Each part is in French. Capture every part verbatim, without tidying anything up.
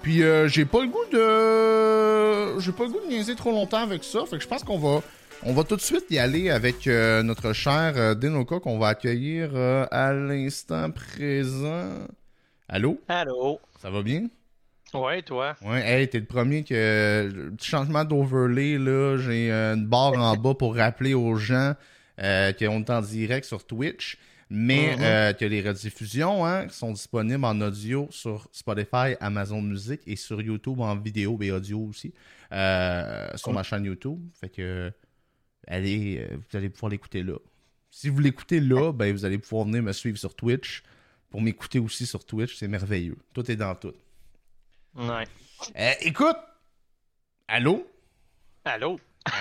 Puis euh, j'ai pas le goût de... J'ai pas le goût de niaiser trop longtemps avec ça. Fait que je pense qu'on va... On va tout de suite y aller avec euh, notre cher euh, Denoka qu'on va accueillir euh, à l'instant présent. Allô? Allô? Ça va bien? Ouais, toi? Ouais, hey, t'es le premier que... Le petit changement d'overlay, là, j'ai euh, une barre en bas pour rappeler aux gens euh, qu'on est en direct sur Twitch, mais Mhm. euh, que les rediffusions hein, sont disponibles en audio sur Spotify, Amazon Music et sur YouTube en vidéo et audio aussi, euh, sur ma chaîne YouTube. Fait que, allez, euh, vous allez pouvoir l'écouter là. Si vous l'écoutez là, ben vous allez pouvoir venir me suivre sur Twitch pour m'écouter aussi sur Twitch. C'est merveilleux. Tout est dans tout. Ouais. Euh, écoute, allô? Allô?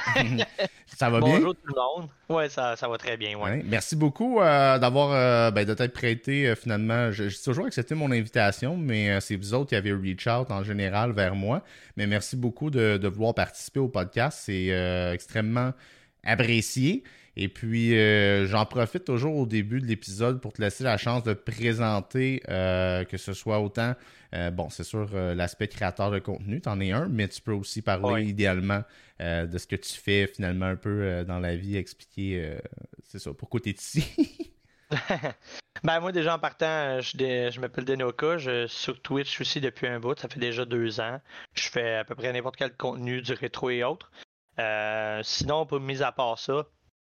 Ça va bien? Bonjour tout le monde. Ouais, ça, ça va très bien, ouais. Ouais. Merci beaucoup euh, d'avoir euh, ben, de t'être prêté euh, finalement. J'ai toujours accepté mon invitation, mais euh, c'est vous autres qui avez reach out en général vers moi. Mais merci beaucoup de, de vouloir participer au podcast. C'est euh, extrêmement apprécié. Et puis, euh, j'en profite toujours au début de l'épisode pour te laisser la chance de te présenter, euh, que ce soit autant, euh, bon, c'est sûr, euh, l'aspect créateur de contenu, t'en es un, mais tu peux aussi parler Ouais. idéalement euh, de ce que tu fais finalement un peu euh, dans la vie, expliquer, euh, c'est ça, pourquoi t'es ici. Ben moi déjà en partant, je, dé- je m'appelle Denoka, je suis sur Twitch aussi depuis un bout, ça fait déjà deux ans. Je fais à peu près n'importe quel contenu, du rétro et autres. Euh, sinon, pour mis à part ça,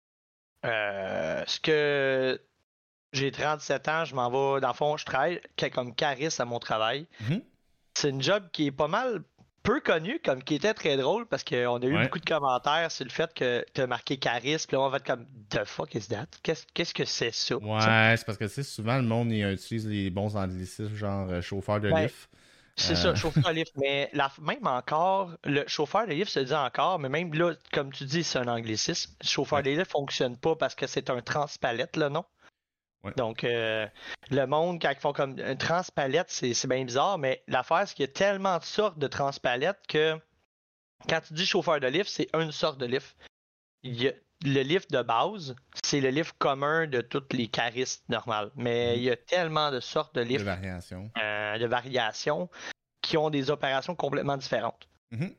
euh, ce que j'ai trente-sept ans, je m'en vais, dans le fond, je travaille que- comme cariste à mon travail. Mhm. C'est une job qui est pas mal peu connue, comme qui était très drôle parce qu'on a eu Ouais. beaucoup de commentaires sur le fait que tu as marqué charisme. Puis là, on va être comme The fuck is that? Qu'est-ce qu'est-ce que c'est ça? Tu sais? Ouais, c'est parce que tu sais, souvent le monde il utilise les bons anglicismes, genre euh, chauffeur de Ben, lift. c'est Euh, ça, chauffeur de lift. Mais la, même encore, le chauffeur de lift se dit encore, mais même là, comme tu dis, c'est un anglicisme. Chauffeur Ouais. de lift fonctionne pas parce que c'est un transpalette, là, non? Ouais. Donc, euh, le monde, quand ils font comme un transpalette, c'est c'est bien bizarre, mais l'affaire, c'est qu'il y a tellement de sortes de transpalettes que quand tu dis chauffeur de lift, c'est une sorte de lift. Il y a- le lift de base, c'est le lift commun de toutes les caristes normales. Mais Mhm. il y a tellement de sortes de De lifts, variation. euh, de variations, qui ont des opérations complètement différentes. Mhm.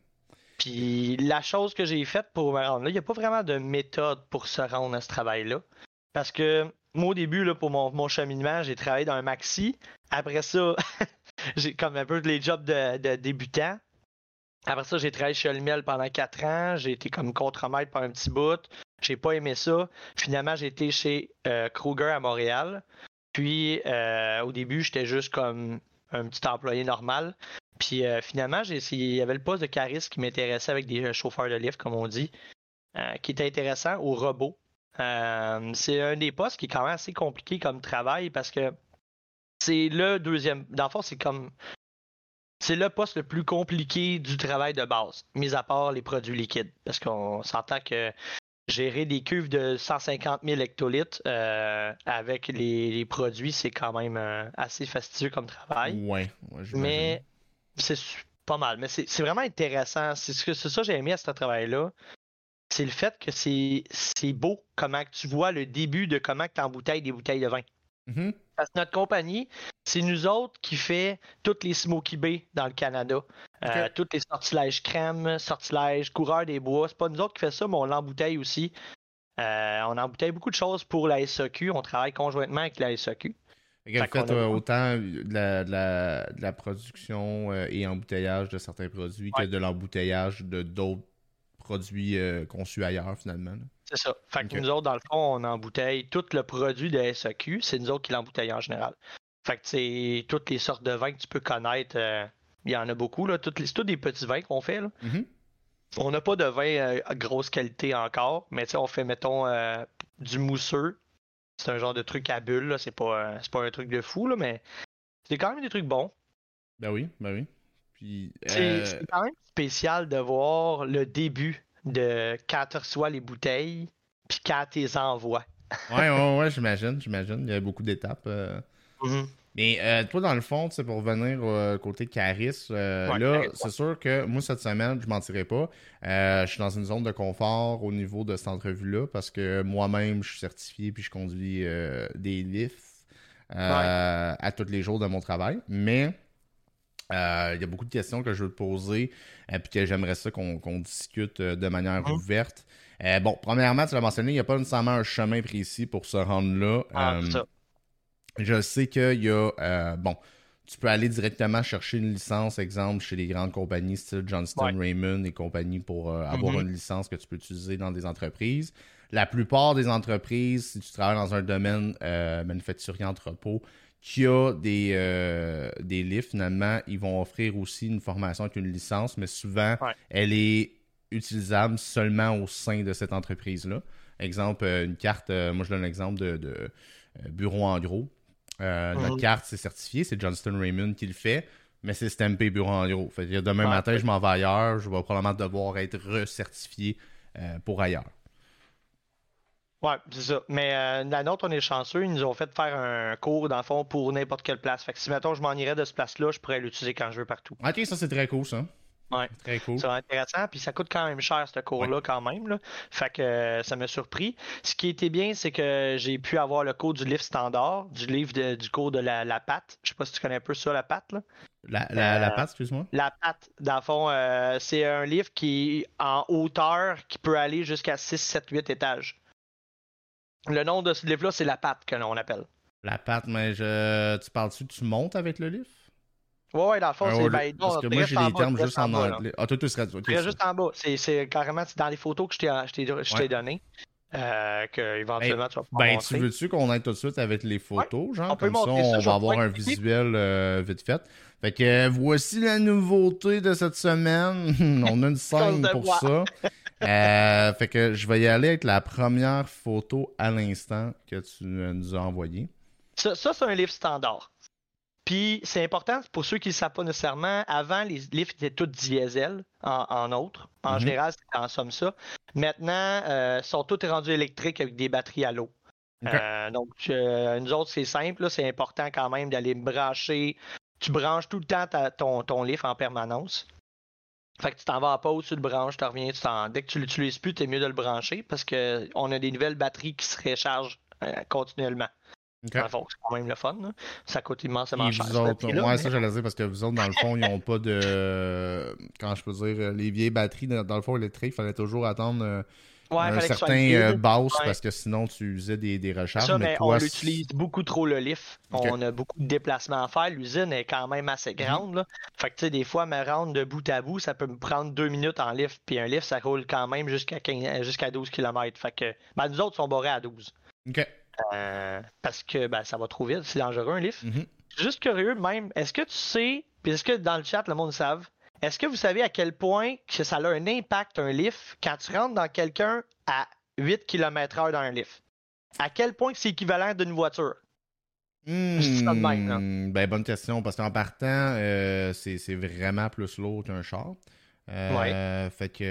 Puis la chose que j'ai faite pour me rendre là, il n'y a pas vraiment de méthode pour se rendre à ce travail-là. Parce que moi, au début, là, pour mon, mon cheminement, j'ai travaillé dans un maxi. Après ça, j'ai comme un peu les jobs de, de débutant. Après ça, j'ai travaillé chez Olmel pendant quatre ans. J'ai été comme contremaître par un petit bout. J'ai pas aimé ça. Finalement, j'ai été chez euh, Kruger à Montréal. Puis, euh, au début, j'étais juste comme un petit employé normal. Puis, euh, finalement, j'ai essayé. Il y avait le poste de cariste qui m'intéressait avec des euh, chauffeurs de lift, comme on dit, euh, qui était intéressant au robot. Euh, c'est un des postes qui est quand même assez compliqué comme travail parce que c'est le deuxième. Dans le fond, c'est comme c'est le poste le plus compliqué du travail de base, mis à part les produits liquides. Parce qu'on s'entend que gérer des cuves de cent cinquante mille hectolitres euh, avec les, les produits, c'est quand même euh, assez fastidieux comme travail. Ouais, ouais, j'imagine. Mais c'est su- pas mal. Mais c'est c'est vraiment intéressant. C'est ce que c'est ça que j'ai aimé à ce travail-là. C'est le fait que c'est c'est beau comment que tu vois le début de comment tu embouteilles des bouteilles de vin. Mhm. Parce que notre compagnie, c'est nous autres qui fait toutes les Smoky Bay dans le Canada. Euh, Ok. toutes les sortilèges crème, sortilèges, coureur des bois. C'est pas nous autres qui fait ça, mais on l'embouteille aussi. Euh, on embouteille beaucoup de choses pour la S A Q. On travaille conjointement avec la S A Q. Fait que vous Fait qu'on faites a euh, beaucoup de... autant de la, de la, de la production euh, et embouteillage de certains produits que Ouais, de l'embouteillage de d'autres produits euh, conçus ailleurs, finalement. Là. c'est ça. Fait que Ok. nous autres, dans le fond, on embouteille tout le produit de S A Q. C'est nous autres qui l'embouteillent en général. Fait que c'est toutes les sortes de vins que tu peux connaître. euh, Il y en a beaucoup, là. Toutes les... C'est tous des petits vins qu'on fait, là. Mhm. On n'a pas de vin euh, à grosse qualité encore, mais tu sais, on fait, mettons, euh, du mousseux. C'est un genre de truc à bulles, là. C'est pas, euh, c'est pas un truc de fou, là, mais c'est quand même des trucs bons. Ben oui, ben oui. Puis, C'est euh, c'est quand même spécial de voir le début de quand tu reçois les bouteilles, puis quand tu les envoies. ouais, ouais, ouais, j'imagine, j'imagine. Il y a beaucoup d'étapes. euh. Mhm. Mais euh, toi, dans le fond, tu sais, pour revenir au côté Caris, euh, Ouais, là, carrément. c'est sûr que moi, cette semaine, je mentirais pas. Euh, je suis dans une zone de confort au niveau de cette entrevue-là parce que moi-même, je suis certifié puis je conduis euh, des lifts Ouais. euh, à tous les jours de mon travail. Mais Euh, il y a beaucoup de questions que je veux te poser et puis que j'aimerais ça qu'on qu'on discute euh, de manière Mhm. ouverte. Euh, bon, premièrement, tu l'as mentionné, il n'y a pas nécessairement un chemin précis pour se rendre là. Ah, c'est Euh, ça. je sais qu'il y a, euh, bon, tu peux aller directement chercher une licence, exemple, chez les grandes compagnies style Ouais. Johnston Raymond et compagnie pour euh, avoir Mhm. une licence que tu peux utiliser dans des entreprises. La plupart des entreprises, si tu travailles dans un domaine euh, manufacturier entrepôt, qui a des, euh, des livres, finalement, ils vont offrir aussi une formation avec une licence, mais souvent, Ouais. elle est utilisable seulement au sein de cette entreprise-là. Exemple, euh, une carte, euh, moi je donne l'exemple de, de euh, bureau en gros. Euh, notre Mhm. carte, c'est certifié, c'est Johnston Raymond qui le fait, mais c'est stampé bureau en gros. Fait que demain Ouais, matin, ouais. je m'en vais ailleurs, je vais probablement devoir être recertifié euh, pour ailleurs. Ouais, c'est ça. Mais euh, la nôtre, on est chanceux. Ils nous ont fait faire un cours, dans le fond, pour n'importe quelle place. Fait que si, mettons, je m'en irais de ce place-là, je pourrais l'utiliser quand je veux partout. Ok, ça c'est très cool, ça. Ouais. Très cool. C'est intéressant, puis ça coûte quand même cher, ce Ouais. cours-là, quand même, là. Fait que euh, ça m'a surpris. Ce qui était bien, c'est que j'ai pu avoir le cours du livre standard, du livre de- du cours de la, la patte. Je sais pas si tu connais un peu ça, la patte, là. La, la, la Euh, patte, excuse-moi. la patte, dans le fond, euh, c'est un livre qui est en hauteur, qui peut aller jusqu'à six, sept, huit étages. Le nom de ce livre-là, c'est la patte que l'on appelle. La patte, mais je... tu parles-tu, tu montes avec le livre? Ouais, ouais, dans le fond, Un c'est order- ben Parce non, que tu moi, j'ai restes en les bas, tu termes restes juste en en bas, là. anglais. Ah, toi, tu serais... Ok, Tu restes ça. juste en bas. C'est c'est carrément c'est dans les photos que je t'ai je t'ai je Ouais. t'ai donné, euh, que Ben, éventuellement tu vas pouvoir ben, tu montrer. veux-tu qu'on aille tout de suite avec les Ouais, photos, genre? on peut Comme ça, montrer ça. on Je va vais avoir pouvoir un expliquer. visuel euh, vite fait. Fait que euh, voici la nouveauté de cette semaine. On a une Cause scène de pour voix. ça. Euh, fait que je vais y aller avec la première photo à l'instant que tu euh, nous as envoyée. Ça, ça c'est un livre standard. Puis c'est important pour ceux qui ne le savent pas nécessairement. Avant, les livres étaient tous diesel en, en autres. En Mhm. général, c'est en somme ça. Maintenant, euh, ils sont tous rendus électriques avec des batteries à l'eau. OK. Euh, donc, euh, nous autres, c'est simple. là, C'est important quand même d'aller brancher. Tu branches tout le temps ta- ton, ton livre en permanence. Fait que tu t'en vas à pause, tu le branches, tu reviens, tu t'en... dès que tu l'utilises plus, t'es mieux de le brancher parce que on a des nouvelles batteries qui se rechargent euh, continuellement. Dans OK. le fond, c'est quand même le fun. Là. Ça coûte immensément Et cher, vous cette autres, batterie-là. ouais, Mais... ça j'allais dire parce que vous autres, dans le fond, ils n'ont pas de. Quand je peux dire, euh, les vieilles batteries, dans, dans le fond électrique, il fallait toujours attendre euh, Ouais, il un fallait que ce soit certain euh, vide. boss Ouais. parce que sinon tu usais des, des recharges. Ça, Mais mais on toi, c'est- l'utilise beaucoup trop le lift. OK. On a beaucoup de déplacements à faire. L'usine est quand même assez Mhm. grande. Là. Fait que tu sais, des fois, me rendre de bout à bout, ça peut me prendre deux minutes en lift. Puis un lift, ça roule quand même jusqu'à quinze jusqu'à douze kilomètres. Fait que ben, nous autres sont barrés à douze. OK. Euh, parce que ben, ça va trop vite, c'est dangereux un lift. Mhm. Juste curieux même, est-ce que tu sais, puis est-ce que dans le chat le monde le savent, est-ce que vous savez à quel point que ça a un impact un lift quand tu rentres dans quelqu'un à huit kilomètres heure dans un lift? À quel point que c'est équivalent d'une voiture? Je dis ça de même, là. Hmm, ben, bonne question, parce qu'en partant, euh, c'est c'est vraiment plus lourd qu'un char. Ouais. Euh, fait que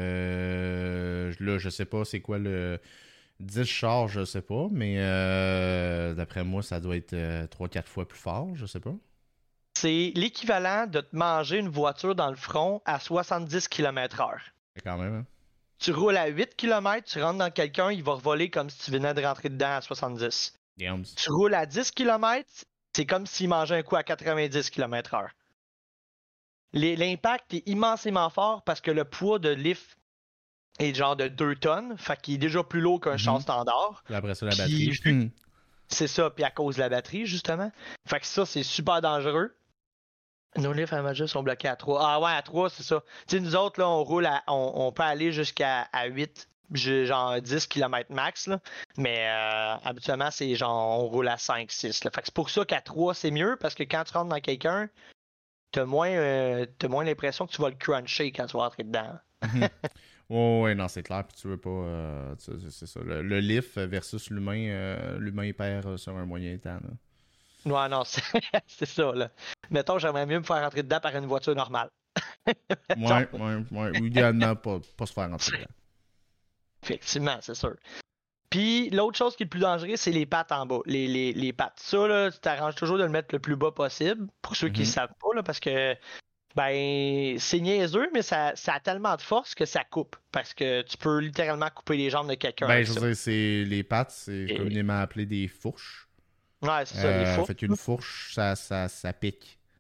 euh, là, je sais pas c'est quoi le dix chars, je sais pas, mais euh, d'après moi, ça doit être euh, trois quatre fois plus fort, je sais pas. C'est l'équivalent de te manger une voiture dans le front à soixante-dix kilomètres heure. Fait quand même, hein. Tu roules à huit kilomètres, tu rentres dans quelqu'un, il va voler comme si tu venais de rentrer dedans à soixante-dix. Damn. Tu roules à dix kilomètres, c'est comme s'il mangeait un coup à quatre-vingt-dix kilomètres heure. Les- L'impact est immensément fort parce que le poids de lift est genre de deux tonnes, fait qu'il est déjà plus lourd qu'un char Mhm. standard. Puis après ça, la Puis, batterie. vu- Hmm. c'est ça, puis à cause de la batterie, justement. Fait que ça, c'est super dangereux. Nos lifts à Major sont bloqués à trois. Ah ouais, à trois, c'est ça. Tu sais, nous autres, là, on roule à. On, on peut aller jusqu'à à huit, j'ai genre dix kilomètres max, là. Mais euh, habituellement, c'est genre on roule à cinq, six. Là. Fait que c'est pour ça qu'à trois, c'est mieux, parce que quand tu rentres dans quelqu'un, t'as moins, euh, t'as moins l'impression que tu vas le cruncher quand tu vas rentrer dedans. Mhm. Ouais, ouais, non, c'est clair. Puis tu veux pas. euh, tu sais, c'est ça. Le, le lift versus l'humain, euh, l'humain perd euh, sur un moyen temps. Là. Ouais, non, c'est c'est ça, là. Mettons, j'aimerais mieux me faire rentrer dedans par une voiture normale. Mettons. Ouais, ouais, ouais. Ou idéalement, pas, pas se faire rentrer dedans. Effectivement, c'est sûr. Puis l'autre chose qui est le plus dangereux, c'est les pattes en bas. Les, les, les pattes. Ça, là, tu t'arranges toujours de le mettre le plus bas possible, pour ceux qui ne Mhm. savent pas, là, parce que ben c'est niaiseux, mais ça, ça a tellement de force que ça coupe. Parce que tu peux littéralement couper les jambes de quelqu'un Ben, avec je ça. veux dire, c'est les pattes, c'est Et- communément appelé des fourches. Ouais, c'est ça, les Euh, fous. fait qu'une fourche, ça, ça, ça pique.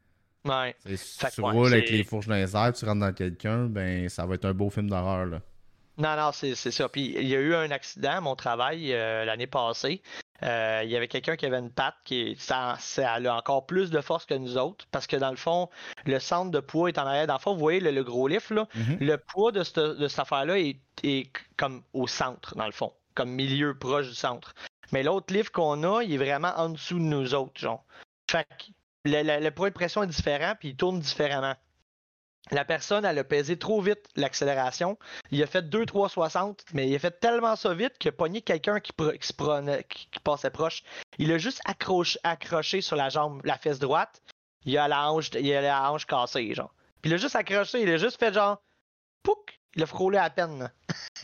Ouais. T'sais, si Fait tu que, ouais, roules avec c'est- les fourches dans les airs, tu rentres dans quelqu'un, ben ça va être un beau film d'horreur, là. Non, non, c'est c'est ça. Puis il y a eu un accident à mon travail euh, l'année passée. Euh, il y avait quelqu'un qui avait une patte qui ça, ça a encore plus de force que nous autres parce que dans le fond, le centre de poids est en arrière. Dans le fond, vous voyez le, le gros lift, là, Mhm. le poids de cette, de cette affaire-là est, est comme au centre, dans le fond, comme milieu proche du centre. Mais l'autre lift qu'on a, il est vraiment en dessous de nous autres, genre. Fait que le, le, le poids de pression est différent, puis il tourne différemment. La personne, elle a pesé trop vite l'accélération. Il a fait deux trois soixante, mais il a fait tellement ça vite qu'il a pogné quelqu'un qui, pro- qui, se prenait- qui- qui passait proche. Il a juste accroché, accroché sur la jambe, la fesse droite. Il a la hanche, il a la hanche cassée, genre. Puis il a juste accroché, il a juste fait genre, pouc, il a frôlé à peine, là.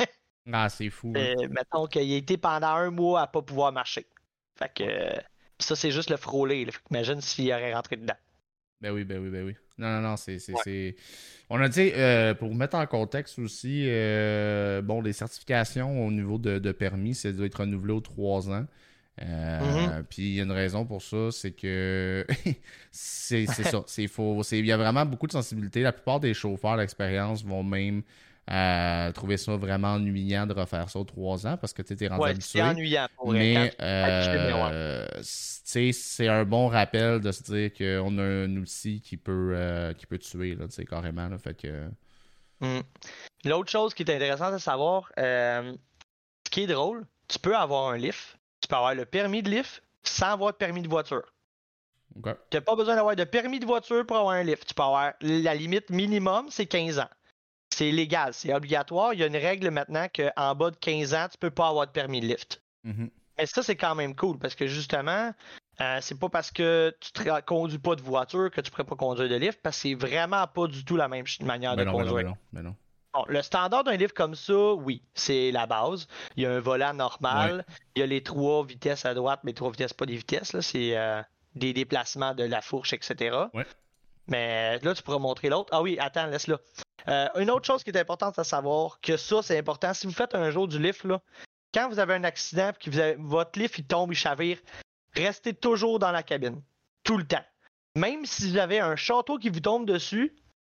Ah, c'est fou. hein. Euh, mettons qu'il a été pendant un mois à pas pouvoir marcher. Fait que euh, ça, c'est juste le frôler, là. Fait qu'imagine s'il aurait rentré dedans. Ben oui, ben oui, ben oui. Non, non, non, c'est. c'est, Ouais. c'est- On a dit, euh, pour mettre en contexte aussi, euh, bon, les certifications au niveau de, de permis, ça doit être renouvelé aux trois ans. Euh, Mhm. Puis il y a une raison pour ça, c'est que c'est c'est ça. C'est faux. C'est- Il y a vraiment beaucoup de sensibilité. La plupart des chauffeurs d'expérience vont même euh, trouver ça vraiment ennuyant de refaire ça aux trois ans parce que tu es rendu Ouais, habitué. c'est ennuyant pour vrai. Quand Mais tu es habitué, mais ouais. euh, c- tu sais, c'est un bon rappel de se dire qu'on a un outil qui peut, euh, qui peut tuer, là, tu sais, carrément. Là, fait que... Mm. L'autre chose qui est intéressante à savoir, euh, ce qui est drôle, tu peux avoir un lift, tu peux avoir le permis de lift sans avoir de permis de voiture. OK. Tu n'as pas besoin d'avoir de permis de voiture pour avoir un lift. Tu peux avoir la limite minimum, c'est quinze ans. C'est légal, c'est obligatoire. Il y a une règle maintenant qu'en bas de quinze ans, tu peux pas avoir de permis de lift. Mhm. Mais ça, c'est quand même cool parce que justement, euh, c'est pas parce que tu ne conduis pas de voiture que tu pourrais pas conduire de lift parce que c'est vraiment pas du tout la même ch- manière Ben de non, ben non, conduire. ben non, ben non. Bon, le standard d'un livre comme ça, oui, c'est la base. Il y a un volant normal, il y a les trois vitesses à droite, mais trois vitesses, pas des vitesses, là, c'est euh, des déplacements de la fourche, et cetera. Ouais. Mais là, tu pourras montrer l'autre. Ah oui, attends, laisse-le. Euh, une autre chose qui est importante à savoir, que ça, c'est important. Si vous faites un jour du lift, là, quand vous avez un accident et que vous avez- votre lift il tombe, il chavire, restez toujours dans la cabine. Tout le temps. Même si vous avez un château qui vous tombe dessus,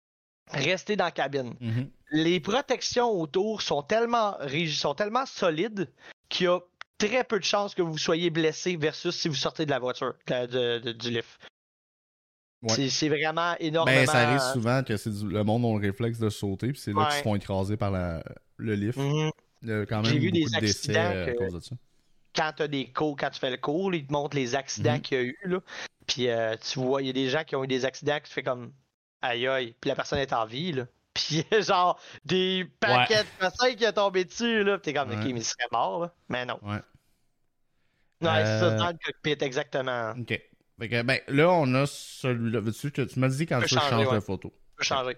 restez dans la cabine. Mhm. Les protections autour sont tellement rigides, sont tellement solides qu'il y a très peu de chances que vous soyez blessé versus si vous sortez de la voiture, de- de- de- du lift. Ouais. C'est, c'est vraiment énormément. Ben, ça arrive souvent que c'est du- le monde a le réflexe de sauter, puis c'est là Ouais. qu'ils se font écraser par la, le lift. Mhm. Il y a quand même J'ai vu beaucoup des de décès accidents euh, à que- cause de ça. Quand tu as des cours, quand tu fais le cours, ils te montrent les accidents Mhm. qu'il y a eu. Là. Puis euh, tu vois, il y a des gens qui ont eu des accidents que tu fais comme aïe aïe, puis la personne est en vie. Là. Puis genre des paquets de personnes qui ont tombé dessus. Là. Puis t'es comme Ouais. ok, mais il serait mort. Là. Mais non. Ouais. Non, c'est ça, Euh, dans le cockpit, exactement. OK. Fait que, ben, là, on a celui-là. Veux-tu que tu m'as dit quand Peut tu veux que je changer, change ouais. de photo. Je peux changer.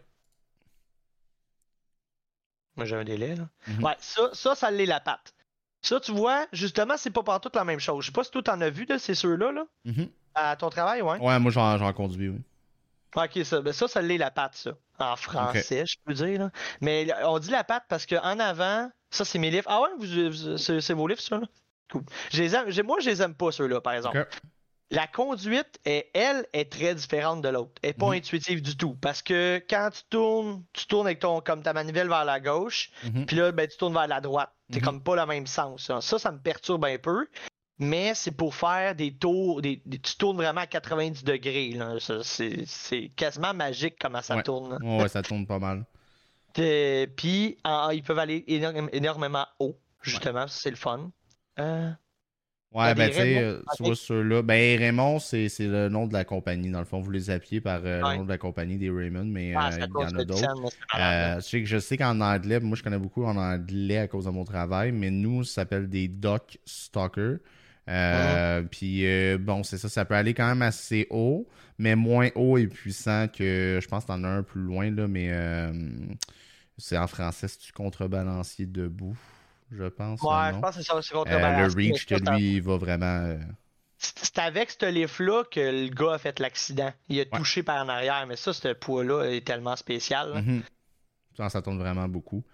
Moi, j'ai un délai, là. Mhm. Ouais, ça, ça, ça l'est la patte. Ça, tu vois, justement, c'est pas partout la même chose. Je sais pas si toi, t'en as vu, là, c'est ceux-là, là, Mhm. à ton travail, ouais. Ouais, moi, j'en j'en conduis, oui. Ok, ça, ben ça, ça l'est la patte, ça. En français, je peux dire, là. Mais là, on dit la patte parce qu'en avant, ça, c'est mes livres. Ah ouais, vous, vous- c'est c'est vos livres, ça, là? Cool. Je les aime- j'ai- moi, je les aime pas, ceux-là, par exemple. OK. La conduite, est, elle, est très différente de l'autre. Elle n'est pas Mhm. intuitive du tout. Parce que quand tu tournes, tu tournes avec ton, comme ta manivelle vers la gauche, Mhm. puis là, ben, tu tournes vers la droite. C'est Mhm. comme pas le même sens. Ça. ça, ça me perturbe un peu. Mais c'est pour faire des tours. Des, des- tu tournes vraiment à quatre-vingt-dix degrés. Là. Ça, c'est, c'est quasiment magique comment ça Ouais. tourne. là. Ouais, ouais, ça tourne pas mal. Euh, Puis, en- ils peuvent aller énorme- énormément haut. Justement, ça, c'est le fun. Euh, Ouais, T'as ben, des tu sais, Raymond? euh, tu Ok. vois ceux-là. Ben, Raymond, c'est c'est le nom de la compagnie. Dans le fond, vous les appuyez par euh, Ouais. le nom de la compagnie des Raymond, mais ah, euh, c'est à il y cause en de a d'autres. Nissan, mais c'est malade, là. Euh, je sais que je sais qu'en anglais, moi je connais beaucoup en anglais à cause de mon travail, mais nous, ça s'appelle des Dock Stalker. Euh, Puis euh, bon, c'est ça, ça peut aller quand même assez haut, mais moins haut et puissant que je pense que t'en as un plus loin, là, mais euh, c'est en français, c'est-tu contrebalancier debout, je pense. Ouais, le je nom. pense que c'est ça, c'est Euh, contrebalancé. le Reach, que Mais ça, lui, il va vraiment. euh, C'est c'est avec ce lift-là que le gars a fait l'accident. Il a Ouais. touché par en arrière, mais ça, ce poids-là est tellement spécial. là. mhm. Ça, ça tourne vraiment beaucoup.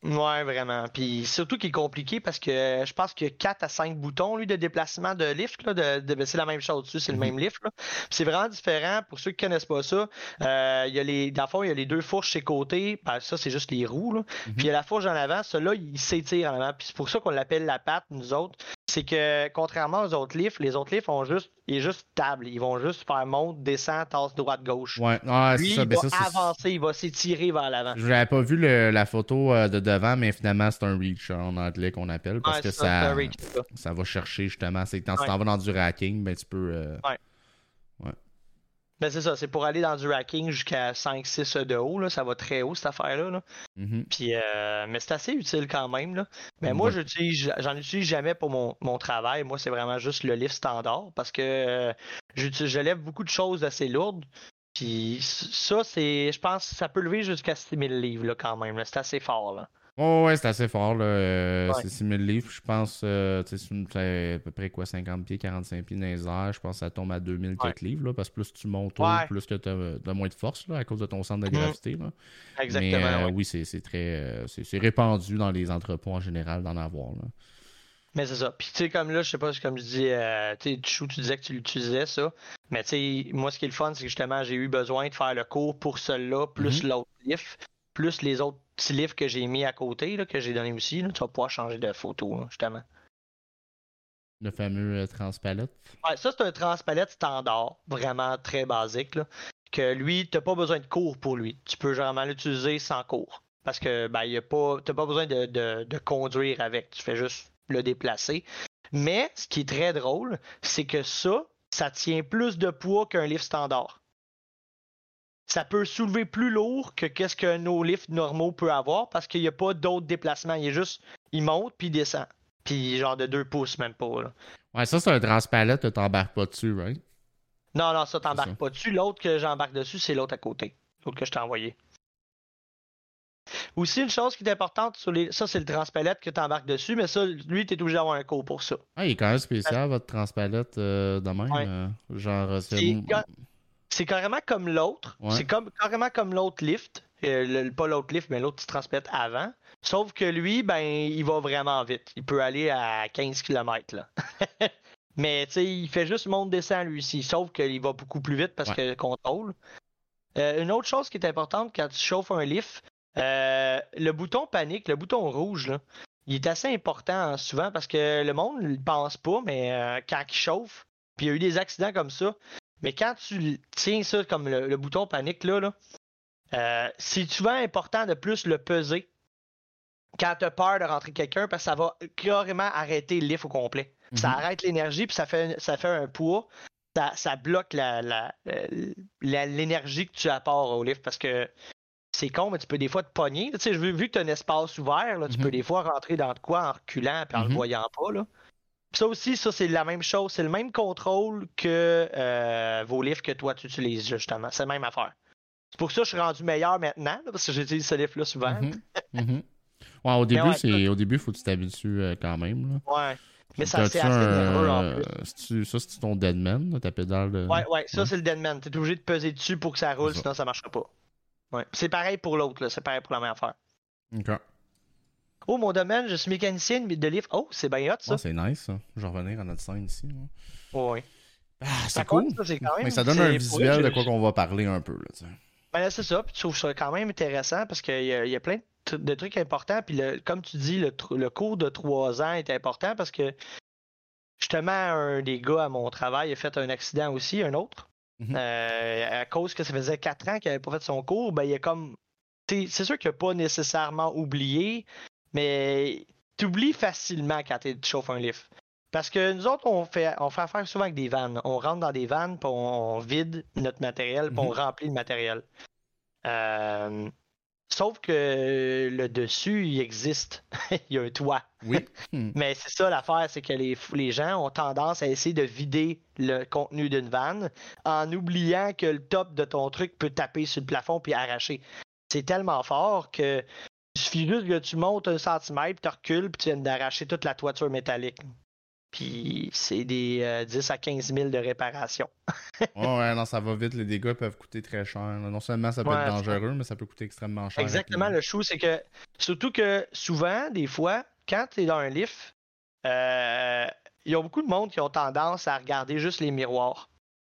Ouais, vraiment. Puis surtout qu'il est compliqué parce que euh, je pense qu'il y a quatre à cinq boutons, lui, de déplacement de lift. Là, de, de- ben, c'est la même chose dessus, c'est le Mhm. même lift. Là. Puis c'est vraiment différent. Pour ceux qui connaissent pas ça, euh, il y a les, dans le fond, il y a les deux fourches chez côté. Ben, ça, c'est juste les roues. Là. Puis il y Mhm. a la fourche en avant. Celui-là, il s'étire en avant. Puis c'est pour ça qu'on l'appelle la patte, nous autres. C'est que contrairement aux autres lifts, les autres lifts ont juste, il est juste stable. Ils vont juste faire monte, descend, tasse, droite, gauche. Ouais, ah, c'est Lui, ça. il Ben va ça, c'est. avancer, il va s'étirer vers l'avant. Je n'avais pas vu le- la photo euh, de devant, mais finalement, c'est un reach hein, en anglais qu'on appelle parce Ouais, que c'est ça, c'est un ça, reach, ça. ça va chercher justement. C'est que quand tu Ouais. t'en vas dans du racking, ben tu peux. euh, Ouais. Ouais. Ben c'est ça, c'est pour aller dans du racking jusqu'à cinq six de haut, là, ça va très haut cette affaire-là. Là. Mhm. Puis, euh, mais c'est assez utile quand même. Là. Mais moi, Ouais. j'utilise, j'en utilise jamais pour mon, mon travail. Moi, c'est vraiment juste le lift standard parce que euh, j'utilise- je lève beaucoup de choses assez lourdes. Puis ça, c'est, je pense, ça peut lever jusqu'à six mille livres là, quand même. Là. C'est assez fort. Là. Oh, ouais, c'est assez fort. Là. Euh, Ouais. c'est six mille livres, je pense. Euh, tu sais, c'est une- c'est à peu près quoi, cinquante pieds, quarante-cinq pieds dans les airs. Je pense que ça tombe à deux mille Ouais. quelques livres. Là, parce que plus tu montes haut, Ouais. plus que tu as moins de force là, à cause de ton centre de Mhm. gravité. Là. Exactement. Mais euh, Ouais. oui, c'est c'est très. euh, c'est c'est répandu dans les entrepôts en général d'en avoir. Là. Mais c'est ça. Puis tu sais, comme là, je sais pas, comme je dis, euh, tu sais, Chou, tu disais que tu l'utilisais, ça. Mais tu sais, moi, ce qui est le fun, c'est que justement, j'ai eu besoin de faire le cours pour celui-là, plus Mhm. l'autre lift, plus les autres petits livres que j'ai mis à côté, là, que j'ai donné aussi. Là. Tu vas pouvoir changer de photo, là, justement. Le fameux euh, transpalette. Ouais, ça, c'est un transpalette standard, vraiment très basique, là. Que lui, t'as pas besoin de cours pour lui. Tu peux vraiment l'utiliser sans cours. Parce que, ben, y a pas, t'as pas besoin de, de, de conduire avec. Tu fais juste le déplacer. Mais, ce qui est très drôle, c'est que ça, ça tient plus de poids qu'un lift standard. Ça peut soulever plus lourd que qu'est-ce que nos lifts normaux peuvent avoir parce qu'il n'y a pas d'autres déplacements. Il est juste, il monte puis il descend. Puis genre de deux pouces même pas, là. Ouais, ça, c'est un transpalette, tu t'embarques pas dessus, right? Non, non, ça C'est ça. t'embarques pas dessus. L'autre que j'embarque dessus, c'est l'autre à côté. L'autre que je t'ai envoyé. Aussi, une chose qui est importante, sur les... ça c'est le transpalette que tu embarques dessus, mais ça, lui, tu es obligé d'avoir un cours pour ça. Ah, il est quand même spécial, votre transpalette euh, de même. Ouais. euh, genre, euh, c'est. C'est ca- c'est carrément comme l'autre. Ouais. C'est comme, carrément comme l'autre lift. Euh, le- pas l'autre lift, mais l'autre petit transpalette avant. Sauf que lui, ben, il va vraiment vite. Il peut aller à quinze kilomètres, là. Mais, tu sais, il fait juste monte-descend, lui aussi. Sauf qu'il va beaucoup plus vite parce Ouais. que le contrôle. Euh, une autre chose qui est importante quand tu chauffes un lift, euh, le bouton panique, le bouton rouge, là, il est assez important hein, souvent parce que le monde ne le pense pas, mais euh, quand il chauffe, puis il y a eu des accidents comme ça, mais quand tu tiens ça comme le, le bouton panique, là, là euh, c'est souvent important de plus le peser quand tu as peur de rentrer quelqu'un parce que ça va carrément arrêter le lift au complet. Mhm. Ça arrête l'énergie, puis ça fait, ça fait un poids. Ça, ça bloque la, la, la- l'énergie que tu apportes au lift parce que c'est con, mais tu peux des fois te pogner. Tu sais, vu, vu que tu as un espace ouvert, là, tu Mhm. peux des fois rentrer dans de quoi en reculant et en Mhm. le voyant pas. Là. Puis ça aussi, ça c'est la même chose. C'est le même contrôle que euh, vos lifts que toi tu utilises, justement. C'est la même affaire. C'est pour ça que je suis rendu meilleur maintenant, là, parce que j'utilise ce lift-là souvent. Mhm. Mhm. Ouais, au Mais début, ouais, c'est au début, faut que tu t'habitues euh, quand même. Là. Ouais. Mais ça, T'as-tu c'est assez un- nerveux en plus. c'est-tu- Ça, c'est ton Deadman, là, ta pédale de. Ouais, ouais, ça Ouais. c'est le Deadman. T'es obligé de peser dessus pour que ça roule, C'est ça. sinon ça marchera pas. Ouais. C'est pareil pour l'autre, là. C'est pareil pour la même affaire. Ok. Oh, mon domaine, je suis mécanicien de livre. Oh, c'est bien hot, ça. Ouais, c'est nice, ça. Je vais revenir à notre scène ici. là. Oui. Ah, c'est Par contre, cool. ça, c'est quand même- Mais ça donne c'est- un pour visuel vrai, de je- quoi qu'on va parler un peu. Là, tu sais. Ben là, c'est ça. Puis tu trouves ça quand même intéressant parce qu'il y, a- il y a plein de, tr- de trucs importants. Puis le- comme tu dis, le, tr- le cours de trois ans est important parce que justement, un des gars à mon travail a fait un accident aussi, un autre. Mhm. Euh, à cause que ça faisait quatre ans qu'il n'avait pas fait son cours, ben il y a comme. t'sais, C'est sûr qu'il n'a pas nécessairement oublié, mais tu oublies facilement quand tu chauffes un lift. Parce que nous autres, on fait, on fait affaire souvent avec des vannes. On rentre dans des vannes, puis on, on vide notre matériel, puis on Mhm. remplit le matériel. Euh, Sauf que le dessus, il existe. Il y a un toit. Oui. Hmm. Mais c'est ça l'affaire, c'est que les, les gens ont tendance à essayer de vider le contenu d'une vanne en oubliant que le top de ton truc peut taper sur le plafond puis arracher. C'est tellement fort que il suffit juste que tu montes un centimètre, tu recules puis tu viens d'arracher toute la toiture métallique. Puis c'est des euh, dix à quinze mille de réparation. Ouais, ouais, non, ça va vite. Les dégâts peuvent coûter très cher. Là. Non seulement ça peut Ouais, être c'est ça. dangereux, mais ça peut coûter extrêmement cher Exactement, rapidement. le chou, c'est que surtout que souvent, des fois, quand tu es dans un lift, euh, il y a beaucoup de monde qui ont tendance à regarder juste les miroirs.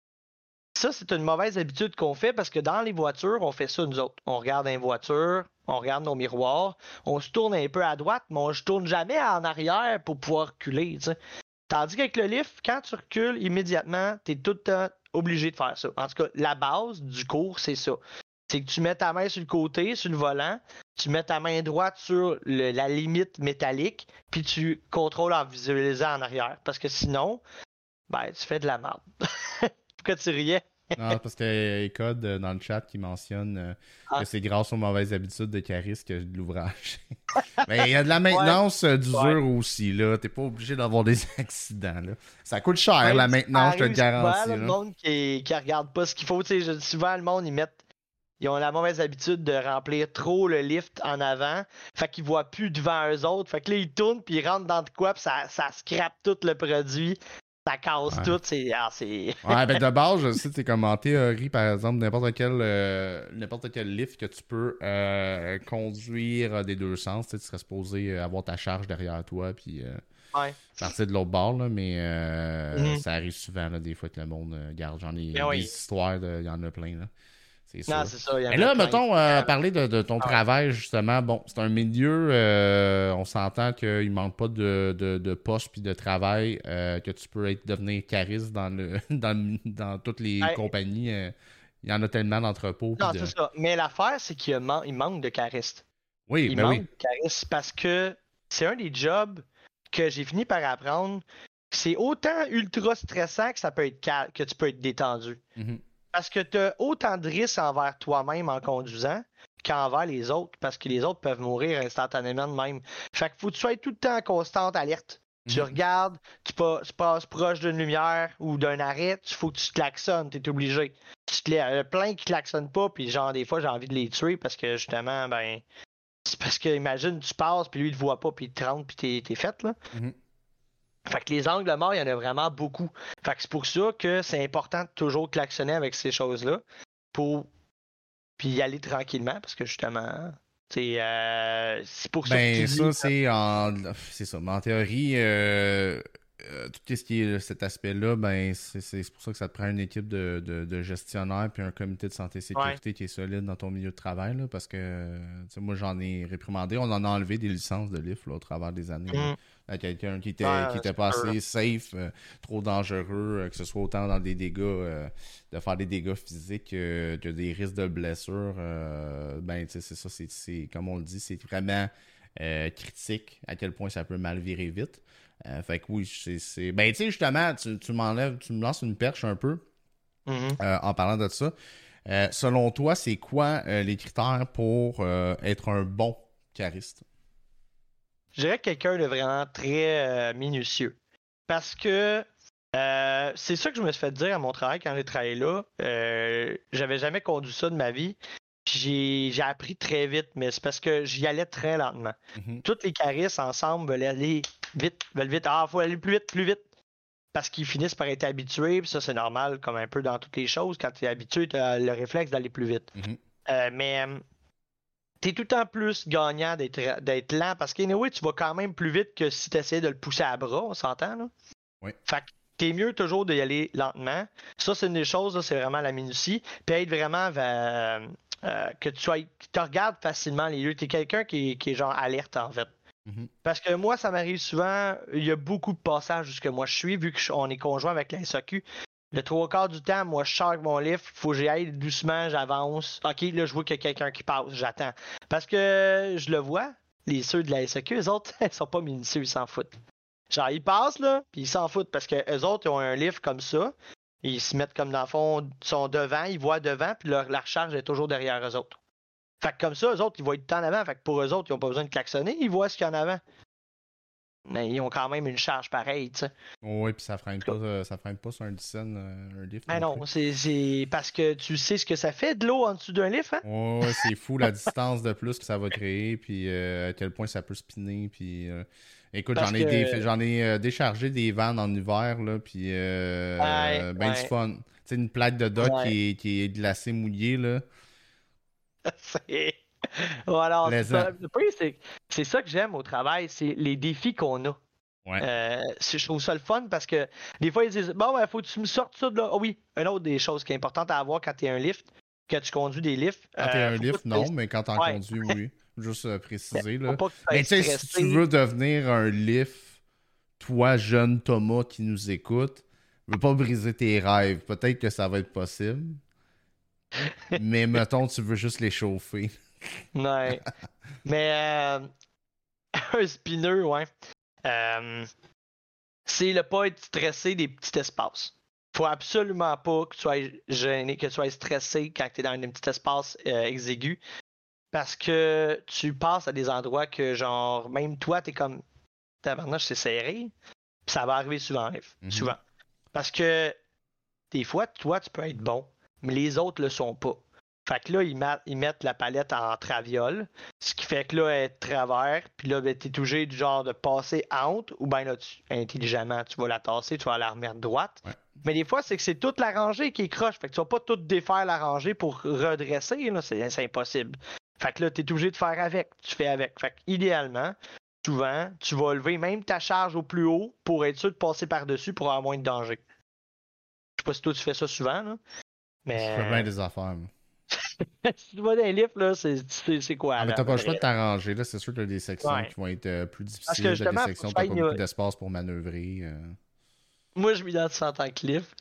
Ça, c'est une mauvaise habitude qu'on fait parce que dans les voitures, on fait ça nous autres. On regarde une voiture, on regarde nos miroirs, on se tourne un peu à droite, mais on ne se tourne jamais en arrière pour pouvoir reculer. T'sais. Tandis qu'avec le lift, quand tu recules immédiatement, tu es tout le temps obligé de faire ça. En tout cas, la base du cours, c'est ça. C'est que tu mets ta main sur le côté, sur le volant, tu mets ta main droite sur le- la limite métallique, puis tu contrôles en visualisant en arrière. Parce que sinon, ben, tu fais de la merde. Pourquoi tu riais? Non, parce qu'il y a Code euh, dans le chat qui mentionne euh, que Ah, c'est grâce aux mauvaises habitudes de Caris que de l'ouvrage. Mais il y a de la ouais, maintenance euh, ouais. d'usure aussi, là. T'es pas obligé d'avoir des accidents, là. Ça coûte cher, la Même si ça maintenance, je te le arrive souvent, garantis, là, le là. monde qui, qui regarde pas ce qu'il faut, tu sais, je- souvent le monde, ils mettent, ils ont la mauvaise habitude de remplir trop le lift en avant, fait qu'ils voient plus devant eux autres, fait que là, ils tournent, puis ils rentrent dans de quoi, puis ça, ça scrape tout le produit, ça casse Ouais. tout, c'est... Ah, c'est... Ouais, ben de base, je sais, c'est comme en théorie, par exemple, n'importe quel euh, n'importe quel lift que tu peux euh, conduire des deux sens, tu sais, tu serais supposé euh, avoir ta charge derrière toi, puis euh, Ouais. partir de l'autre bord, là, mais euh, Mhm. ça arrive souvent, là, des fois que le monde euh, garde. J'en ai Mais des oui. histoires, de- il y en a plein, là. C'est Non, sûr. c'est ça, il y Mais en a là, plein. mettons, euh, Euh, parler de, de ton ah ouais. travail, justement. Bon, c'est un milieu, euh, on s'entend qu'il manque pas de, de, de postes puis de travail, euh, que tu peux être devenir chariste dans le dans, dans toutes les Ouais. compagnies. euh, Il y en a tellement d'entrepôts puis Non, de. c'est ça. Mais l'affaire, c'est qu'il y a man- il manque de charistes. Oui, Il ben manque oui. de charisme parce que c'est un des jobs que j'ai fini par apprendre. C'est autant ultra stressant que ça peut être cal- que tu peux être détendu. Mhm. Parce que tu as autant de risques envers toi-même en conduisant qu'envers les autres, parce que les autres peuvent mourir instantanément de même. Fait que faut que tu sois tout le temps en constante alerte. Tu Mhm. regardes, tu, pas- tu passes proche d'une lumière ou d'un arrêt, il faut que tu te klaxonnes, tu es obligé. Tu te la- Il y a plein qui klaxonnent pas, puis genre des fois j'ai envie de les tuer parce que justement, ben, c'est parce que imagine, tu passes, puis lui il te voit pas, puis il te rentre, puis t'es, t'es fait, là. Mhm. Fait que les angles morts, il y en a vraiment beaucoup. Fait que c'est pour ça que c'est important de toujours klaxonner avec ces choses-là pour puis y aller tranquillement parce que justement, c'est euh, c'est pour ça que tu Ben, dis. ça, c'est en. C'est ça. Mais en théorie, euh, euh, tout ce qui est cet aspect-là, ben, c'est c'est pour ça que ça te prend une équipe de, de, de gestionnaires puis un comité de santé et Ouais. sécurité qui est solide dans ton milieu de travail, là, parce que, tu sais, moi, j'en ai réprimandé. On en a enlevé des licences de lift, là, au travers des années, là, Mm. à quelqu'un qui était, Ouais, qui était c'est pas sûr, là. assez safe, euh, trop dangereux, euh, que ce soit autant dans des dégâts, euh, de faire des dégâts physiques euh, que des risques de blessures. euh, ben, tu sais, c'est ça, c'est, c'est- comme on le dit, c'est vraiment euh, critique à quel point ça peut mal virer vite. Euh, fait que oui, c'est. c'est- Ben, tu sais, justement, tu, tu m'enlèves, tu me lances une perche un peu Mhm. euh, en parlant de ça. Euh, selon toi, c'est quoi euh, les critères pour euh, être un bon cariste? Je dirais que quelqu'un de vraiment très euh, minutieux. Parce que euh, c'est ça que je me suis fait dire à mon travail quand j'ai travaillé là. Euh, j'avais jamais conduit ça de ma vie. Puis J'ai, j'ai appris très vite, mais c'est parce que j'y allais très lentement. Mhm, Toutes les caristes ensemble veulent aller vite, veulent vite. Ah, faut aller plus vite, plus vite. Parce qu'ils finissent par être habitués, puis ça c'est normal, comme un peu dans toutes les choses. Quand tu es habitué, tu as le réflexe d'aller plus vite. mhm, Euh, mais euh, t'es tout le temps plus gagnant d'être, d'être lent parce qu'anyway, tu vas quand même plus vite que si tu essayais de le pousser à bras, on s'entend, là? oui. Fait que t'es mieux toujours d'y aller lentement. Ça, c'est une des choses, là, c'est vraiment la minutie. Puis être vraiment vers, euh, que tu sois, que tu regardes facilement les lieux. T'es quelqu'un qui, est- qui est genre alerte, en fait. Mhm, Parce que moi, ça m'arrive souvent, il y a beaucoup de passages jusque moi je suis, vu qu'on est conjoint avec la S A Q. Le trois quarts du temps, moi, je charge mon lift, faut que j'y aille doucement, j'avance. OK, là, je vois qu'il y a quelqu'un qui passe, j'attends. Parce que je le vois, les ceux de la S A Q, eux autres, ils sont pas minutieux, ils s'en foutent. Genre, ils passent, là, puis ils s'en foutent parce que eux autres, ils ont un lift comme ça. Ils se mettent comme dans le fond, ils sont devant, ils voient devant, puis leur, la recharge est toujours derrière eux autres. Fait que comme ça, eux autres, ils voient tout le temps en avant. Fait que pour eux autres, ils n'ont pas besoin de klaxonner, ils voient ce qu'il y a en avant. Mais ils ont quand même une charge pareille, tu sais. Oui, puis ça freine pas, euh, ça freine pas sur un dixaine, euh, un lift Mais non plus. non, c'est c'est parce que tu sais ce que ça fait de l'eau en dessous d'un lift, hein? Ouais, ouais, c'est fou la distance de plus que ça va créer, puis euh, à quel point ça peut spinner, puis euh, Écoute, Parce j'en ai, que... dé- j'en ai euh, déchargé des vannes en hiver, là, puis euh, Ouais, ben du ouais, fun. Tu sais, une plaque de dock ouais. qui est, qui est glacée, mouillée, là. C'est... Voilà, c'est Plaisant. ça. Le pire, c'est c'est ça que j'aime au travail, c'est les défis qu'on a. Ouais. Euh, c'est- je trouve ça le fun parce que des fois, ils disent bon, ben, faut que tu me sortes ça de là. Ah oui, une autre des choses qui est importante à avoir quand tu es un lift, quand tu conduis des lifts, Quand t'es euh, un faut pas lift, que tu non, mais quand t'en ouais, conduis, oui. Juste euh, mais préciser, faut là. pas que tu Mais sois tu sais, si tu stressé. veux devenir un lift, toi, jeune Thomas qui nous écoute, veux pas briser tes rêves. Peut-être que ça va être possible, mais mettons, tu veux juste les chauffer. Ouais. Mais euh, un spinner, ouais. Euh, c'est le pas être stressé des petits espaces. Faut absolument pas que tu sois gêné, que tu sois stressé quand tu es dans un petit espace euh, exigu. Parce que tu passes à des endroits que, genre, même toi, t'es comme, tabarnouche, c'est serré. Puis ça va arriver souvent, F. Mhm. Souvent. Parce que des fois, toi, tu peux être bon, mais les autres le sont pas. Fait que là, ils, ma- ils mettent la palette en traviole, ce qui fait que là, elle est de travers, puis là, ben, t'es obligé du genre de passer entre, ou bien là, tu, intelligemment, tu vas la tasser, tu vas la remettre droite. Ouais. Mais des fois, c'est que c'est toute la rangée qui est croche, fait que tu vas pas tout défaire la rangée pour redresser, là, c'est, c'est impossible. Fait que là, t'es obligé de faire avec, tu fais avec. Fait que idéalement, souvent, tu vas lever même ta charge au plus haut pour être sûr de passer par-dessus pour avoir moins de danger. Je sais pas si toi tu fais ça souvent, là. Je fais bien Mais des affaires, moi. si tu vas dans les lifts, là, c'est, c'est, c'est quoi, Ah, mais là, à t'as pas peu le choix de près? t'arranger, là. C'est sûr que t'as des sections Ouais. qui vont être euh, plus Parce que difficiles, t'as des justement, faut sections que où tu t'as fasses pas beaucoup une... d'espace pour manœuvrer. euh. Moi, je m'identifies en tant que lift.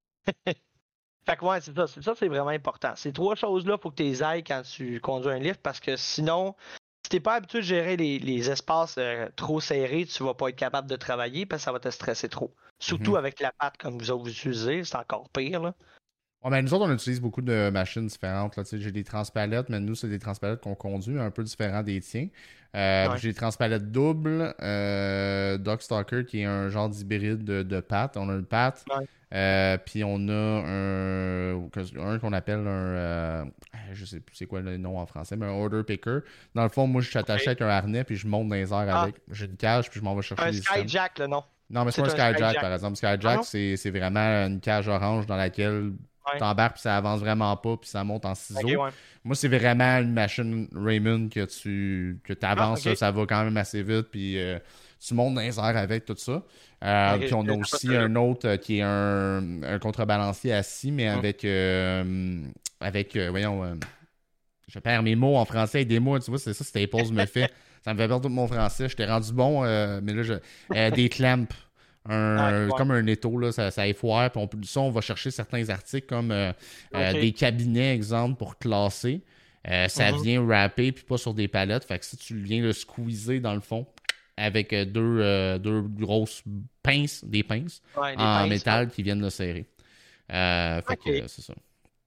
Fait que ouais, c'est ça. C'est ça, c'est vraiment important. Ces trois choses-là, faut que tu les ailles quand tu conduis un lift parce que sinon, si t'es pas habitué de gérer les, les espaces euh, trop serrés, tu vas pas être capable de travailler parce que ça va te stresser trop. Surtout Mhm. avec la patte comme vous autres vous utilisez, c'est encore pire, là. Ouais, ben, nous autres, on utilise beaucoup de machines différentes. Là. Tu sais, j'ai des transpalettes, mais nous, c'est des transpalettes qu'on conduit, un peu différents des tiens. Euh, Ouais. j'ai des transpalettes doubles, euh, Dogstalker, qui est un genre d'hybride de, de pattes. On a une patte, Ouais. euh, puis on a un, un qu'on appelle un, euh, je sais plus c'est quoi le nom en français, mais un order picker. Dans le fond, moi, je suis attaché Ok. avec un harnais, puis je monte dans les airs Ah, avec. J'ai une cage, puis je m'en vais chercher un des systèmes. skyjack, là, non. Non, mais c'est pas C'est un un Skyjack, skyjack. par exemple. Ah Skyjack, non? c'est c'est vraiment une cage orange dans laquelle Ouais. t'embarques puis ça avance vraiment pas puis ça monte en Ok, ciseaux. ouais. Moi, c'est vraiment une machine Raymond que tu que Ah, avances, ça, ok. ça va quand même assez vite puis euh, tu montes dans les airs avec tout ça. Euh, Ok, puis on a je sais pas aussi celui-là. un autre euh, qui est un, un contrebalancier assis, mais Hum. avec, euh, avec euh, voyons, euh, je perds mes mots en français et des mots, tu vois, c'est ça, Staples me fait. Ça me fait perdre tout mon français. J'étais rendu bon, euh, mais là, je... euh, des clamps. Ah, ok, Un, ouais. comme un étau, là, ça, ça effoire. Puis on, peut- ça, on va chercher certains articles comme euh, euh, des Ok. cabinets, exemple, pour classer. Euh, ça Mhm. vient wrapper, puis pas sur des palettes. Fait que si tu viens le squeezer dans le fond, avec euh, deux, euh, deux grosses pinces, des pinces, Ouais, des en pinces, ouais. métal qui viennent le serrer. Euh, fait que Ok. euh, c'est ça.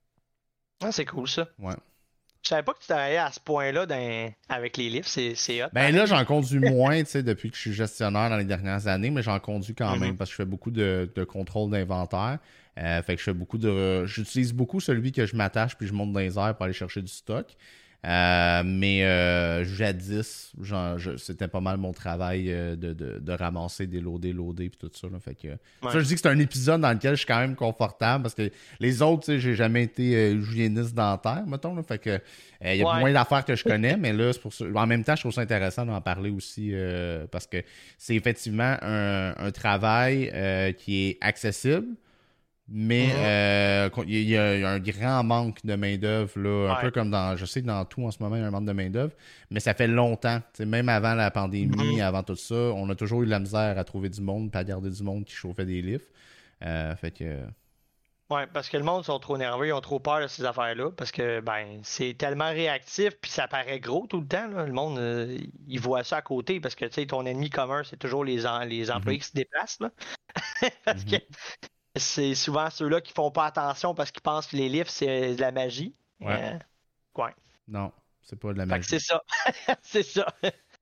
Ah, c'est cool, ça. Ouais. Je savais pas que tu travaillais à ce point-là dans- avec les lifts. C'est, c'est hot, Ben là, pareil. j'en conduis moins, tu sais, depuis que je suis gestionnaire dans les dernières années, mais j'en conduis quand Mhm. même parce que je fais beaucoup de, de contrôle d'inventaire. Euh, fait que je fais beaucoup de. J'utilise beaucoup celui que je m'attache puis je monte dans les airs pour aller chercher du stock. Euh, mais euh, jadis, genre, je- c'était pas mal mon travail euh, de, de, de ramasser, déloader, loader puis tout ça. Là. Fait que, Ouais. ça, je dis que c'est un épisode dans lequel je suis quand même confortable parce que les autres, tu sais, j'ai jamais été euh, hygiéniste dentaire, mettons. Là. Fait que il y a Ouais. moins d'affaires que je connais, mais là, c'est pour ça. En même temps, je trouve ça intéressant d'en parler aussi euh, parce que c'est effectivement un, un travail euh, qui est accessible, mais Mhm. euh, il y, a il y a un grand manque de main-d'œuvre, là, un Ouais. peu comme dans. Je sais que dans tout en ce moment, il y a un manque de main-d'œuvre, mais ça fait longtemps. Tu sais, même avant la pandémie, Mhm. avant tout ça, on a toujours eu de la misère à trouver du monde et à garder du monde qui chauffait des lifts. Euh, fait que. Ouais, parce que le monde sont trop nerveux, ils ont trop peur de ces affaires-là, parce que ben c'est tellement réactif, puis ça paraît gros tout le temps, là. Le monde, euh, il voit ça à côté, parce que tu sais, ton ennemi commun, c'est toujours les, en- les employés Mhm, qui se déplacent, là. Parce que mhm. c'est souvent ceux-là qui font pas attention parce qu'ils pensent que les lifts, c'est de la magie. Ouais. Euh, ouais. Non, c'est pas de la Fait que magie. c'est ça. C'est ça.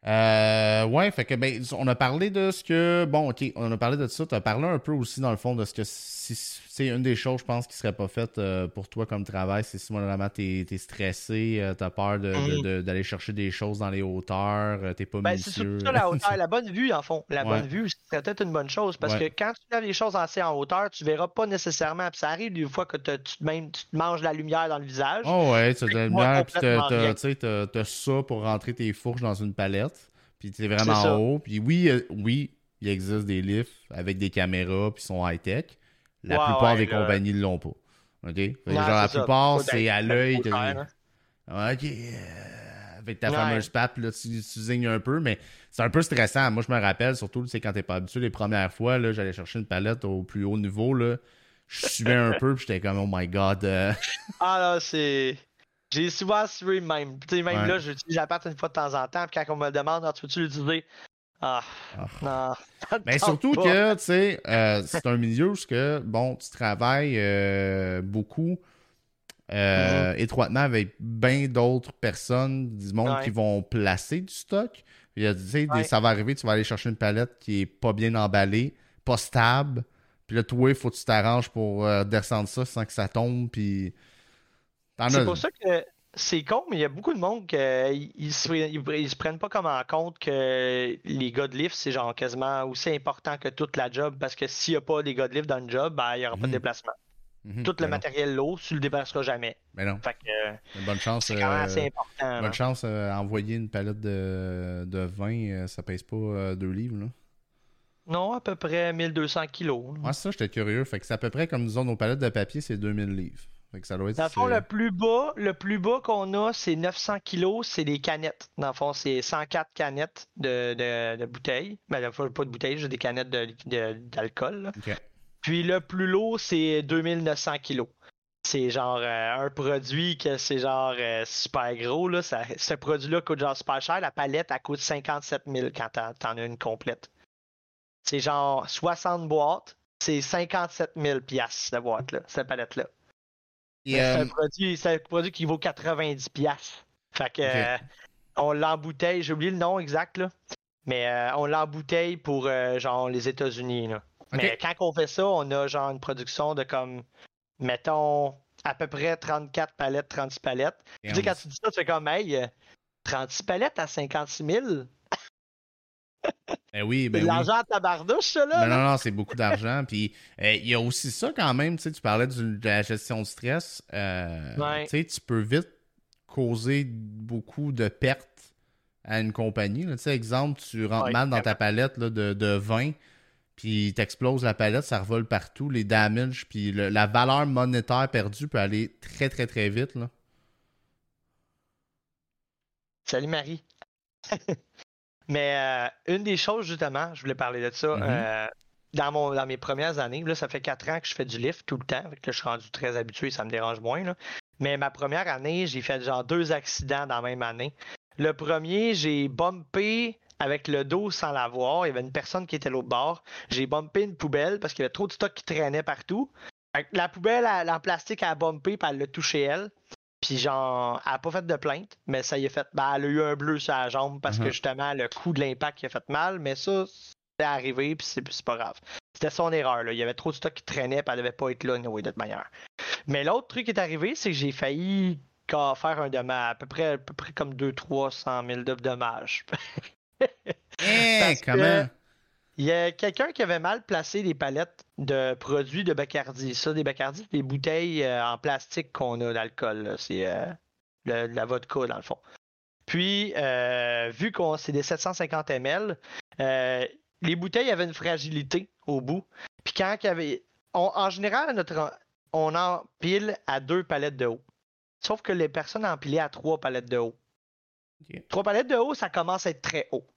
Euh, ouais, fait que ben, on a parlé de ce que. Bon, ok, on a parlé de ça. Tu as parlé un peu aussi, dans le fond, de ce que si, c'est une des choses, je pense, qui serait pas faite euh, pour toi comme travail. C'est si vraiment t'es, t'es stressé, euh, t'as peur de, de, Mhm. de- d'aller chercher des choses dans les hauteurs, euh, t'es pas Ben, c'est surtout minutieux. ça, la hauteur. La bonne vue, en fond. La Ouais, bonne vue, ce serait peut-être une bonne chose parce ouais. que quand tu fais les choses assez en hauteur, tu verras pas nécessairement. Puis ça arrive des fois que te- tu, te même, tu te manges la lumière dans le visage. Oh ouais, t'as de Fait que la tu vois lumière, puis t'as, complètement t'as, rien. tu sais, t'as, t'as ça pour rentrer tes fourches dans une palette, puis t'es C'est vraiment ça. haut. Puis oui, euh, oui, il existe des lifts avec des caméras, puis sont high-tech. La Ouais, plupart ouais, des là. compagnies ne l'ont pas. OK? Fait que Non, genre, la c'est ça. plupart, Faut c'est d'être à même l'œil. trop t'as cher, des- hein. OK. euh, avec ta Ouais. fameuse pape, là, tu, tu zignes un peu, mais c'est un peu stressant. Moi, je me rappelle, surtout, c'est quand t'es pas habitué les premières fois, là, j'allais chercher une palette au plus haut niveau, là. Je suivais un peu, puis j'étais comme, oh my god. euh, Ah là, c'est. J'ai souvent suivi même. Tu sais, même Ouais. là, j'utilise la patte une fois de temps en temps. Puis quand on me demande, ah, tu veux-tu l'utiliser? Ah, Ah. non, ça me Mais tente surtout pas. que, tu sais, euh, c'est un milieu où, ce que, bon, tu travailles euh, beaucoup Mhm. euh, étroitement avec bien d'autres personnes, du monde qui Ouais, vont placer du stock. Il y a, tu sais, des- ouais. ça va arriver, tu vas aller chercher une palette qui est pas bien emballée, pas stable. Puis là, toi, il faut que tu t'arranges pour euh, descendre ça sans que ça tombe. Puis t'en C'est as. pour ça que c'est con, mais il y a beaucoup de monde qui ils, ils se, ils, ils se prennent pas comme en compte que les gars de lift, c'est genre quasiment aussi important que toute la job. Parce que s'il n'y a pas des gars de lift dans le job, ben, il n'y aura pas de Mhm, déplacement. mhm. Tout le Ben non, matériel lourd, tu le déplaceras jamais. ben non. Fait que euh, Mais bonne chance. c'est quand même assez euh, important, bonne là. chance euh, à envoyer une palette de, de vin, euh, ça pèse pas euh, deux livres, là. Non, à peu près mille deux cents kilos, là. Ouais, c'est ça, j'étais curieux. Fait que c'est à peu près comme nous autres, nos palettes de papier, c'est deux mille livres. Fait que ça doit être. Dans le fond, c'est- le plus bas, le plus bas qu'on a, c'est neuf cents kilos, c'est des canettes. Dans le fond, c'est cent quatre canettes de, de, de bouteilles. Ben, dans le fond, pas de bouteilles, j'ai des canettes de, de- d'alcool, là. Ok. Puis le plus lourd, c'est deux mille neuf cents kilos. C'est genre euh, un produit que c'est genre euh, super gros, là. Ça- ce produit-là coûte genre super cher. La palette, elle coûte cinquante-sept mille quand t'en, t'en as une complète. C'est genre soixante boîtes. C'est cinquante-sept mille piastres, cette boîte-là, cette palette-là. Et, Mais c'est un euh, produit, c'est un produit qui vaut quatre-vingt-dix piastres. Fait que ok. euh, on l'embouteille, j'ai oublié le nom exact là, mais euh, on l'embouteille pour euh, genre les États-Unis là. Ok. Mais quand on fait ça, on a genre une production de comme mettons à peu près trente-quatre palettes, trente-six palettes. Puis tu sais, quand tu dis ça, tu fais comme hey, euh, trente-six palettes à cinquante-six mille. Ben oui, C'est ben de oui. l'argent à tabarnouche, ça là, Ben non, là. non, c'est beaucoup d'argent. Puis euh, il y a aussi ça quand même, tu sais, tu parlais du- de la gestion de stress. euh, Ouais. Tu sais, tu peux vite causer beaucoup de pertes à une compagnie, là. Tu sais, exemple, tu rentres Ouais, mal dans ta vraiment. palette là, de, de vin, puis t'exploses la palette, ça revole partout, les damages, puis le- la valeur monétaire perdue peut aller très, très, très vite, là. Salut Marie. Mais euh, une des choses, justement, je voulais parler de ça. Mhm. euh, dans, mon, dans mes premières années, là, ça fait quatre ans que je fais du lift tout le temps. Fait que là, je suis rendu très habitué, ça me dérange moins, là. Mais ma première année, j'ai fait genre deux accidents dans la même année. Le premier, j'ai bumpé avec le dos sans l'avoir. Il y avait une personne qui était à l'autre bord. J'ai bumpé une poubelle parce qu'il y avait trop de stock qui traînait partout. Fait que la poubelle elle, en plastique, elle a bumpé puis elle l'a touché elle. Puis genre, elle a pas fait de plainte, mais ça y a fait. Ben, elle a eu un bleu sur la jambe parce que Mhm. justement, le coup de l'impact qui a fait mal, mais ça, c'est arrivé, puis c'est c'est pas grave. C'était son erreur, là. Il y avait trop de stock qui traînait, puis elle devait pas être là, anyway, de toute manière. Mais l'autre truc qui est arrivé, c'est que j'ai failli ca- faire un dommage, à peu près, à peu près comme deux cents trois cent mille de dommages. Eh, Parce que comment? il y a quelqu'un qui avait mal placé les palettes de produits de Bacardi. Ça, des Bacardi, c'est des bouteilles euh, en plastique qu'on a d'alcool, là. C'est euh, le- de la vodka, dans le fond. Puis, euh, vu qu'on c'est des sept cent cinquante millilitres, euh, les bouteilles avaient une fragilité au bout. Puis quand il y avait. on- en général, notre, on empile à deux palettes de haut. Sauf que les personnes empilaient à trois palettes de haut. Ok. Trois palettes de haut, ça commence à être très haut.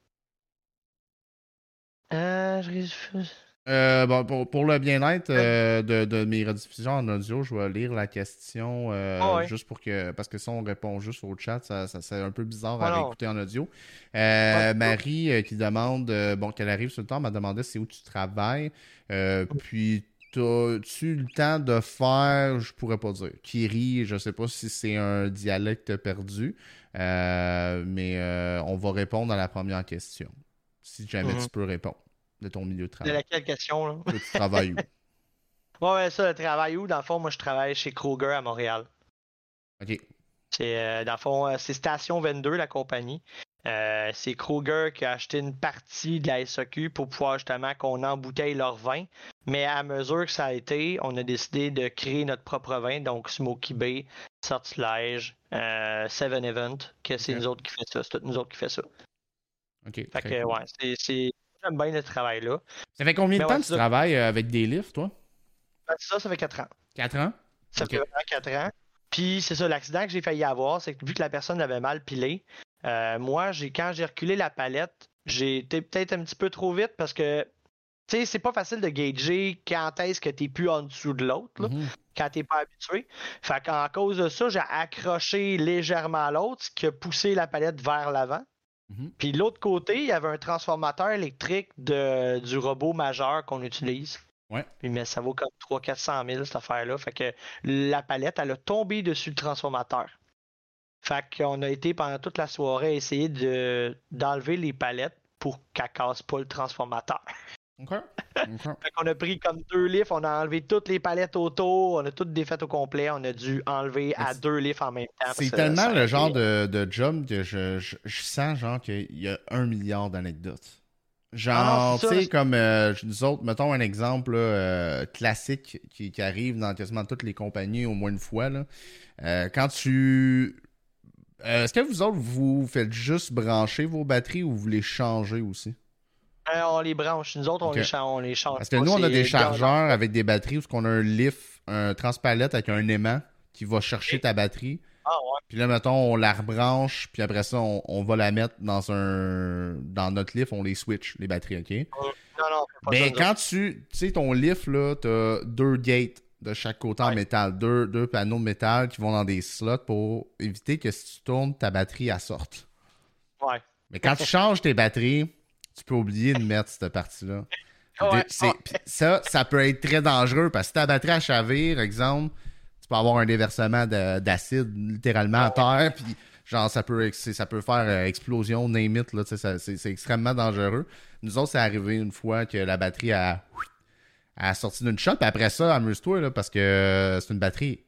Euh, je... Euh, bon, pour, pour le bien-être euh, de, de mes rediffusions en audio, je vais lire la question euh, Ah ouais. juste pour que. Parce que si on répond juste au chat, ça, ça c'est un peu bizarre Oh à non. réécouter en audio. Pas Euh, de Marie euh, qui demande, euh, bon, qu'elle arrive sur le temps, m'a demandé c'est où tu travailles. Euh, puis t'as-tu le temps de faire, je pourrais pas dire. Kiri, je sais pas si c'est un dialecte perdu, euh, mais euh, on va répondre à la première question. Si jamais Mhm. tu peux répondre de ton milieu de De travail. laquelle question, là? Toi, tu travailles où? Ouais, ouais, ça, le travail où? Dans le fond, moi, je travaille chez Kroger à Montréal. OK. C'est, euh, dans le fond, euh, c'est Station vingt-deux, la compagnie. Euh, c'est Kroger qui a acheté une partie de la S A Q pour pouvoir justement qu'on embouteille leur vin. Mais à mesure que ça a été, on a décidé de créer notre propre vin, donc Smoky Bay, Sortilège, euh, Seven Event, que c'est OK. nous autres qui fait ça. C'est tout nous autres qui fait ça. OK, Fait très que, cool. ouais, c'est, c'est... j'aime bien le travail-là. Ça fait combien de Mais temps ouais, que c'est tu ça. travailles euh, avec des livres, toi? Ben, c'est ça, ça fait quatre ans. Quatre ans? Ça fait OK. vraiment quatre ans. Puis c'est ça, l'accident que j'ai failli avoir, c'est que vu que la personne avait mal pilé, euh, moi, j'ai quand j'ai reculé la palette, j'ai été peut-être un petit peu trop vite parce que, tu sais, c'est pas facile de gager quand est-ce que t'es plus en dessous de l'autre, là, Mhm. quand t'es pas habitué. Fait qu'en cause de ça, j'ai accroché légèrement l'autre, ce qui a poussé la palette vers l'avant. Mhm. Puis de l'autre côté, il y avait un transformateur électrique de, du robot majeur qu'on utilise. Ouais. Puis, mais ça vaut comme trois cents quatre cent mille cette affaire-là. Fait que la palette, elle a tombé dessus le transformateur. Fait qu'on a été pendant toute la soirée à essayer de, d'enlever les palettes pour qu'elle casse pas le transformateur. OK. OK. Fait qu'on a pris comme deux livres, on a enlevé toutes les palettes autour, on a toutes défaites au complet, on a dû enlever Mais à c'est- deux livres en même temps. Parce C'est que tellement ça a le été- genre de, de job que je, je, je sens genre qu'il y a un milliard d'anecdotes. Ah non, Genre, c'est tu ça. sais, comme euh, nous autres, mettons un exemple là, euh, classique qui, qui arrive dans quasiment toutes les compagnies au moins une fois. Là. Euh, quand tu. euh, Est-ce que vous autres, vous faites juste brancher vos batteries ou vous les changez aussi? Euh, on les branche. Nous autres, on OK. les change, on les change Parce que pas. nous, on a des C'est gars- chargeurs avec des batteries où on a un lift, un transpalette avec un aimant qui va chercher ta batterie. Ah ouais. Puis là, mettons, on la rebranche, puis après ça, on, on va la mettre dans un dans notre lift, on les switch, les batteries, OK? Non, non, on fait pas ça, Mais nous quand tu, tu sais, ton lift, là, t'as deux gates de chaque côté en Ouais. métal, deux, deux panneaux de métal qui vont dans des slots pour éviter que si tu tournes, ta batterie, elle sorte. autres. Ouais. Mais quand tu changes tes batteries, tu peux oublier de mettre cette partie-là. Ouais. C'est- puis ça, ça peut être très dangereux parce que si ta batterie à chavire, exemple, tu peux avoir un déversement de- d'acide littéralement à terre, puis genre ça peut ex- ça peut faire euh, explosion, name it, là, tu sais, ça- c'est c'est extrêmement dangereux. Nous autres, c'est arrivé une fois que la batterie a, a sorti d'une shot, puis après ça, amuse-toi là, parce que c'est une batterie.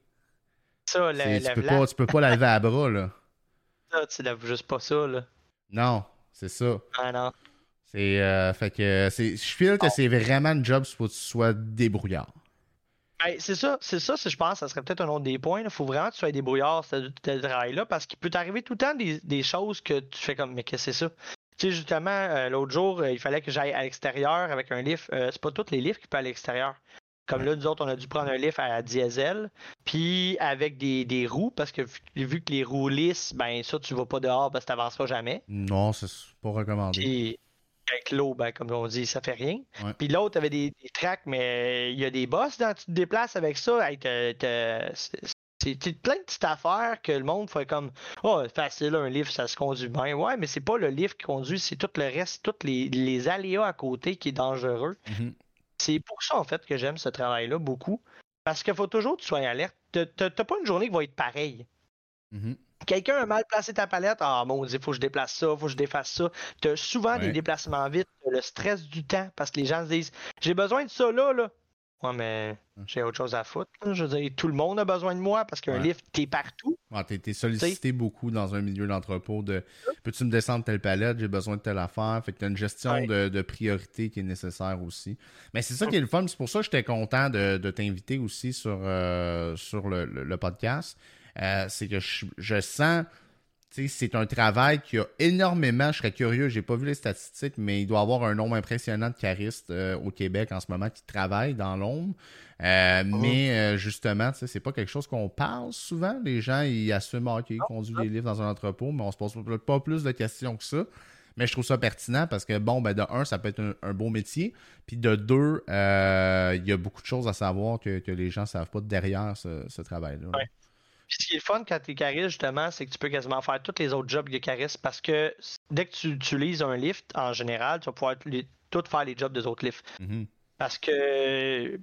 Ça, C'est- le, tu peux le pas, tu peux pas la lever à bras là. là, tu lèves juste pas ça, là. Non, c'est ça. Ah non. C'est euh, fait que c'est, je feel que c'est vraiment une job pour que tu sois débrouillard. Ben, c'est ça, c'est ça, c'est- je pense, ça serait peut-être un autre des points. Il faut vraiment que tu sois débrouillard, ce ce travail-là, parce qu'il peut t'arriver tout le temps des, des choses que tu fais comme, mais qu'est-ce que c'est ça? Tu sais, justement, euh, l'autre jour, euh, il fallait que j'aille à l'extérieur avec un lift. Euh, c'est pas tous les lifts qui peuvent aller à l'extérieur. Comme là, nous autres, on a dû prendre un lift à diesel, puis avec des, des roues, parce que vu, vu que les roues lisses, ben ça, tu vas pas dehors parce que t'avanceras jamais. Non, c'est pas recommandé. Puis avec l'eau, ben, comme on dit, ça fait rien. Ouais. Puis l'autre avait des, des tracks, mais il y a des bosses quand tu te déplaces avec ça. Hey, t'as- t'as- c'est c'est- c'est plein de petites affaires que le monde fait comme oh, facile, un livre, ça se conduit bien. Ouais, mais c'est pas le livre qui conduit, c'est tout le reste, tous les, les aléas à côté qui est dangereux. Mhm. C'est pour ça, en fait, que j'aime ce travail-là beaucoup. Parce qu'il faut toujours que tu sois alerte. T'as t'as- t'as pas une journée qui va être pareille. Mhm. Quelqu'un a mal placé ta palette, ah mon Dieu, faut que je déplace ça, faut que je défasse ça. T'as souvent Ouais. des déplacements vite, t'as le stress du temps, parce que les gens se disent j'ai besoin de ça là, là. Ouais, mais j'ai autre chose à foutre. là. Je veux dire, tout le monde a besoin de moi parce qu'un Ouais. lift, t'es partout. Ah, t'es, t'es sollicité beaucoup dans un milieu d'entrepôt de peux-tu me descendre telle palette, j'ai besoin de telle affaire. Fait que t'as une gestion Ouais. de, de priorité qui est nécessaire aussi. Mais c'est ça qui est le fun. C'est pour ça que j'étais content de, de t'inviter aussi sur, euh, sur le, le- le podcast. Euh, c'est que je, je sens, tu sais, c'est un travail qui a énormément, je serais curieux, j'ai pas vu les statistiques, mais il doit y avoir un nombre impressionnant de caristes euh, au Québec en ce moment qui travaillent dans l'ombre. Euh, Mais euh, justement, tu sais, c'est pas quelque chose qu'on parle souvent. Les gens, ils assument, ah, OK, ils conduisent des livres dans un entrepôt, mais on se pose pas plus de questions que ça. Mais je trouve ça pertinent parce que, bon, ben de un, ça peut être un, un beau métier. Puis de deux, euh, il y a beaucoup de choses à savoir que, que les gens savent pas derrière ce, ce travail-là. Ouais. Puis ce qui est le fun quand t'es cariste, justement, c'est que tu peux quasiment faire tous les autres jobs de cariste parce que dès que tu utilises un lift, en général, tu vas pouvoir les- tout faire les jobs des autres lifts. Mhm. Parce que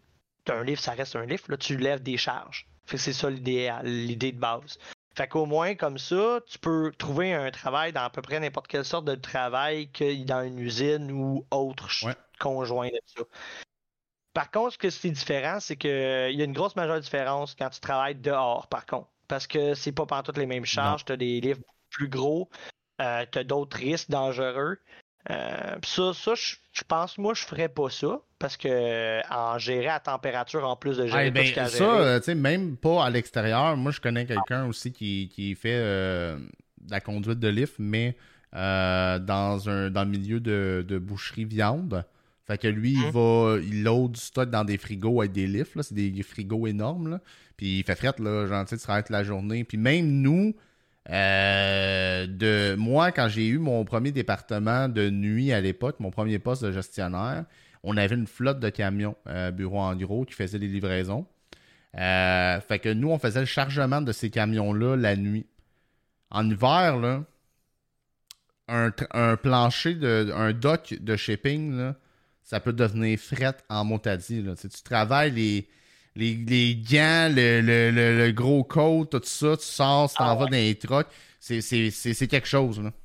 un lift, ça reste un lift, là, tu lèves des charges. Fait que c'est ça l'idée, l'idée de base. Fait qu'au moins, comme ça, tu peux trouver un travail dans à peu près n'importe quelle sorte de travail que dans une usine ou autre Ouais. conjoint de ça. Par contre, ce que c'est différent, c'est qu'il y a une grosse majeure différence quand tu travailles dehors, par contre. Parce que c'est pas partout les mêmes charges, tu as des livres plus gros, euh, tu as d'autres risques dangereux. Euh, ça, ça je pense, moi, je ferais pas ça. Parce que en gérer à température, en plus de gérer Ah, tout ben, ce qu'il y a à ça, gérer. euh, tu sais, même pas à l'extérieur. Moi, je connais quelqu'un aussi qui, qui fait euh, de la conduite de lift, mais euh, dans un dans le milieu de, de boucherie viande. Fait que lui, il Hum. va, il load du stock dans des frigos avec des lifts, là. C'est des frigos énormes, là. Puis il fait fret, là, genre, tu sais, tu travailles toute la journée. Puis même nous, euh, de moi, quand j'ai eu mon premier département de nuit à l'époque, mon premier poste de gestionnaire, on avait une flotte de camions, euh, bureau en gros, qui faisaient les livraisons. Euh, fait que nous, on faisait le chargement de ces camions-là la nuit. En hiver, là, un, un plancher, de, un dock de shipping, là, ça peut devenir fret en motadie. Là. Tu sais, tu travailles les, les, les gants, le, le, le, le gros coat, tout ça, tu sors, tu t'en Ah vas ouais. dans les trucks. C'est, c'est, c'est, c'est quelque chose. Là.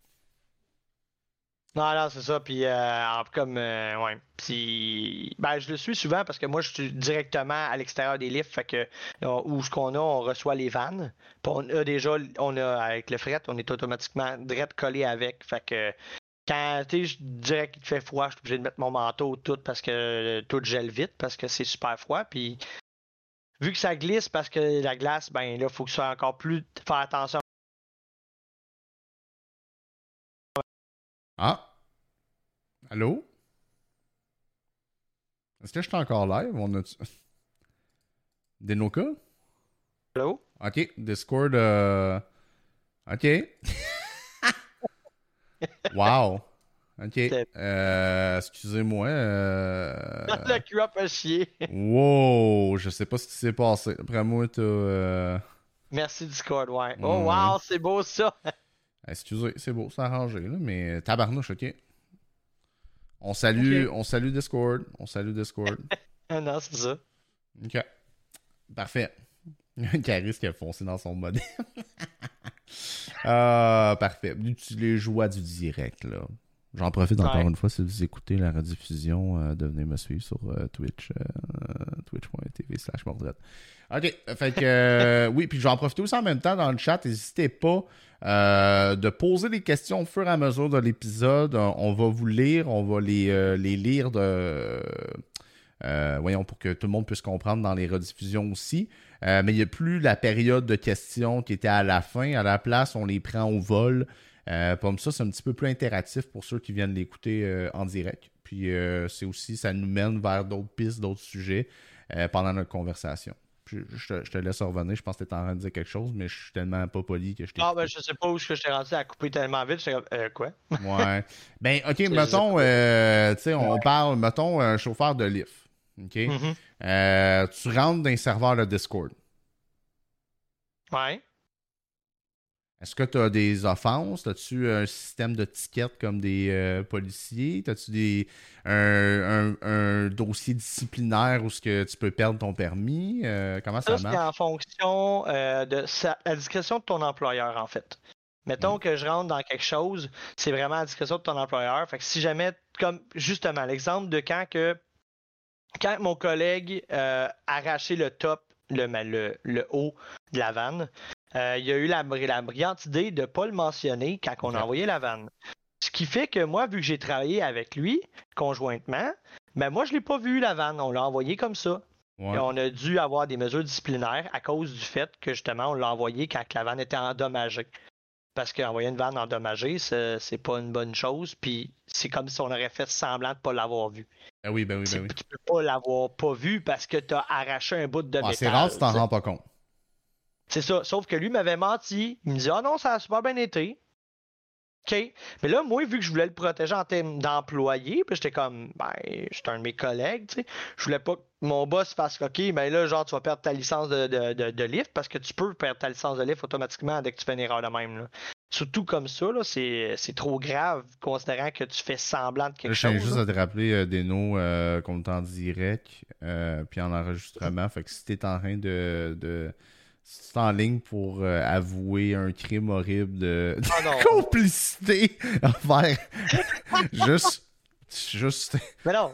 Non, non, c'est ça. Puis, euh, comme, euh, ouais. Puis, ben, je le suis souvent parce que moi, je suis directement à l'extérieur des lifts. Fait que, euh, où ce qu'on a, on reçoit les vannes. Puis, on a déjà, on a, avec le fret, on est automatiquement direct collé avec. Fait que, quand, tu sais, je dirais qu'il fait froid, je suis obligé de mettre mon manteau tout parce que tout gèle vite parce que c'est super froid. Puis, vu que ça glisse parce que la glace, ben là, il faut que ça soit encore plus faire attention. Ah, allô? Est-ce que je suis encore live? On a... Denoka? Allô? OK, Discord. Euh... OK. Wow. OK. Euh, excusez-moi. Euh... Le Q-up a chier. Wow, je sais pas ce qui s'est passé. Après moi, t'as... Euh... Merci Discord, ouais. Ouais, Oh ouais. wow, c'est beau ça. Excusez, c'est beau, c'est arrangé, là, mais tabarnouche, OK. On salue, Ok. on salue Discord. On salue Discord. Ah non, c'est ça. OK. Parfait. Caris qui a foncé dans son modèle. Ah, parfait. Les joies du direct, là. J'en profite encore Ouais. une fois, si vous écoutez la rediffusion, euh, de venir me suivre sur euh, Twitch, euh, twitch.tv slash mordred. OK, fait que, euh, oui, puis j'en profite aussi en même temps dans le chat, n'hésitez pas euh, de poser des questions au fur et à mesure de l'épisode. On va vous lire, on va les, euh, les lire de... Euh, voyons, pour que tout le monde puisse comprendre dans les rediffusions aussi. Euh, mais il n'y a plus la période de questions qui était à la fin. À la place, on les prend au vol. Euh, comme ça, c'est un petit peu plus interactif pour ceux qui viennent l'écouter euh, en direct. Puis euh, c'est aussi, ça nous mène vers d'autres pistes, d'autres sujets euh, pendant notre conversation. Puis, je, te, je te laisse revenir. Je pense que tu es en train de dire quelque chose, mais je suis tellement pas poli que je t'ai. Ah ben je sais pas où je t'ai rendu à couper tellement vite. J'étais comme, euh, quoi? Ouais. Ben, OK, Je- je mettons, sais euh, tu sais, on parle, mettons, un chauffeur de lift. OK? Mhm. Euh, tu rentres dans un serveur de Discord. Ouais. Est-ce que tu as des offenses? As-tu un système de tickets comme des euh, policiers? As-tu des, un, un, un dossier disciplinaire où ce que tu peux perdre ton permis? Euh, comment ça Ça, c'est marche? en fonction euh, de sa, à la discrétion de ton employeur, en fait. Mettons Mm. que je rentre dans quelque chose, c'est vraiment à la discrétion de ton employeur. Fait que si jamais, comme justement, l'exemple de quand que quand mon collègue euh, arrachait le top, le, le, le haut de la vanne, euh, il a eu la, la brillante idée de ne pas le mentionner quand on a Ok. envoyé la vanne. Ce qui fait que moi, vu que j'ai travaillé avec lui conjointement, ben moi, je ne l'ai pas vu la vanne. On l'a envoyé comme ça. Ouais. Et on a dû avoir des mesures disciplinaires à cause du fait que justement, on l'a envoyé quand la vanne était endommagée. Parce qu'envoyer une vanne endommagée, c'est, c'est pas une bonne chose. Puis c'est comme si on aurait fait semblant de ne pas l'avoir vu. Ben oui, ben oui, ben C'est- oui. Tu peux pas l'avoir pas vu parce que tu as arraché un bout de Ah, métal. c'est rare si tu t'en t'sais. rends pas compte. C'est ça. Sauf que lui m'avait menti. Il me dit ah non, ça a super bien été. OK. Mais là, moi, vu que je voulais le protéger en termes d'employé, puis j'étais comme, ben, j'étais un de mes collègues, tu sais. Je voulais pas que mon boss fasse, OK, mais là, genre, tu vas perdre ta licence de, de, de, de lift parce que tu peux perdre ta licence de lift automatiquement dès que tu fais une erreur de même, là. Surtout comme ça, là, c'est, c'est trop grave, considérant que tu fais semblant de quelque Je tiens chose. juste Là. à te rappeler, euh, Deno, euh, qu'on est en direct, euh, puis en enregistrement. Fait que si t'es en train de, de si t'es en ligne pour euh, avouer un crime horrible de, de Ah non. complicité envers juste, juste, Mais non.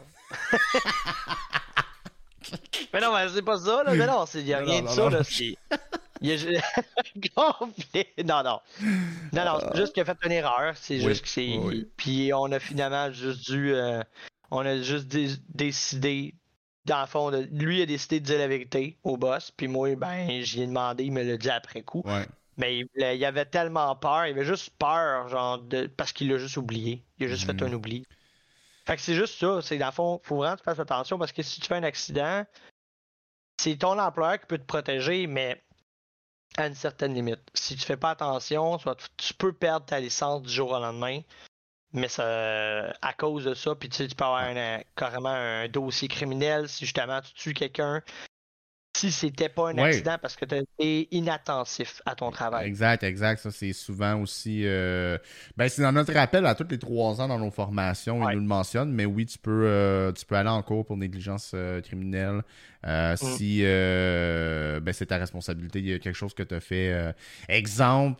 Mais non, mais c'est pas ça, là. Mais non, il n'y a non, rien non, de non, ça, non, là. non. C'est. Il y a... complet. Non, non. Non, non, c'est juste qu'il a fait une erreur. C'est Oui, juste que c'est. oui. Puis on a finalement juste dû. euh, On a juste dé- décidé. Dans le fond, de- lui a décidé de dire la vérité au boss. Puis moi, ben, j'y ai demandé, il me l'a dit après coup. Ouais. Mais il, voulait- il avait tellement peur. Il avait juste peur, genre, de... parce qu'il l'a juste oublié. Il a juste fait Mhm. un oubli. Fait que c'est juste ça. C'est dans le fond, faut vraiment que tu fasses attention parce que si tu fais un accident, c'est ton employeur qui peut te protéger, mais à une certaine limite. Si tu fais pas attention, soit tu peux perdre ta licence du jour au lendemain, mais ça, à cause de ça, puis tu sais, tu peux avoir Ouais. un- carrément un dossier criminel si justement tu tues quelqu'un, si c'était pas un Ouais. accident parce que tu été inattentif à ton travail. Exact, exact. Ça, c'est souvent aussi. euh, Ben, c'est dans notre rappel à tous les trois ans dans nos formations, ils Ouais. nous le mentionnent, mais oui, tu peux, euh, tu peux aller en cours pour négligence euh, criminelle euh, Mm. si euh, ben, c'est ta responsabilité. Il y a quelque chose que tu as fait. euh, Exemple,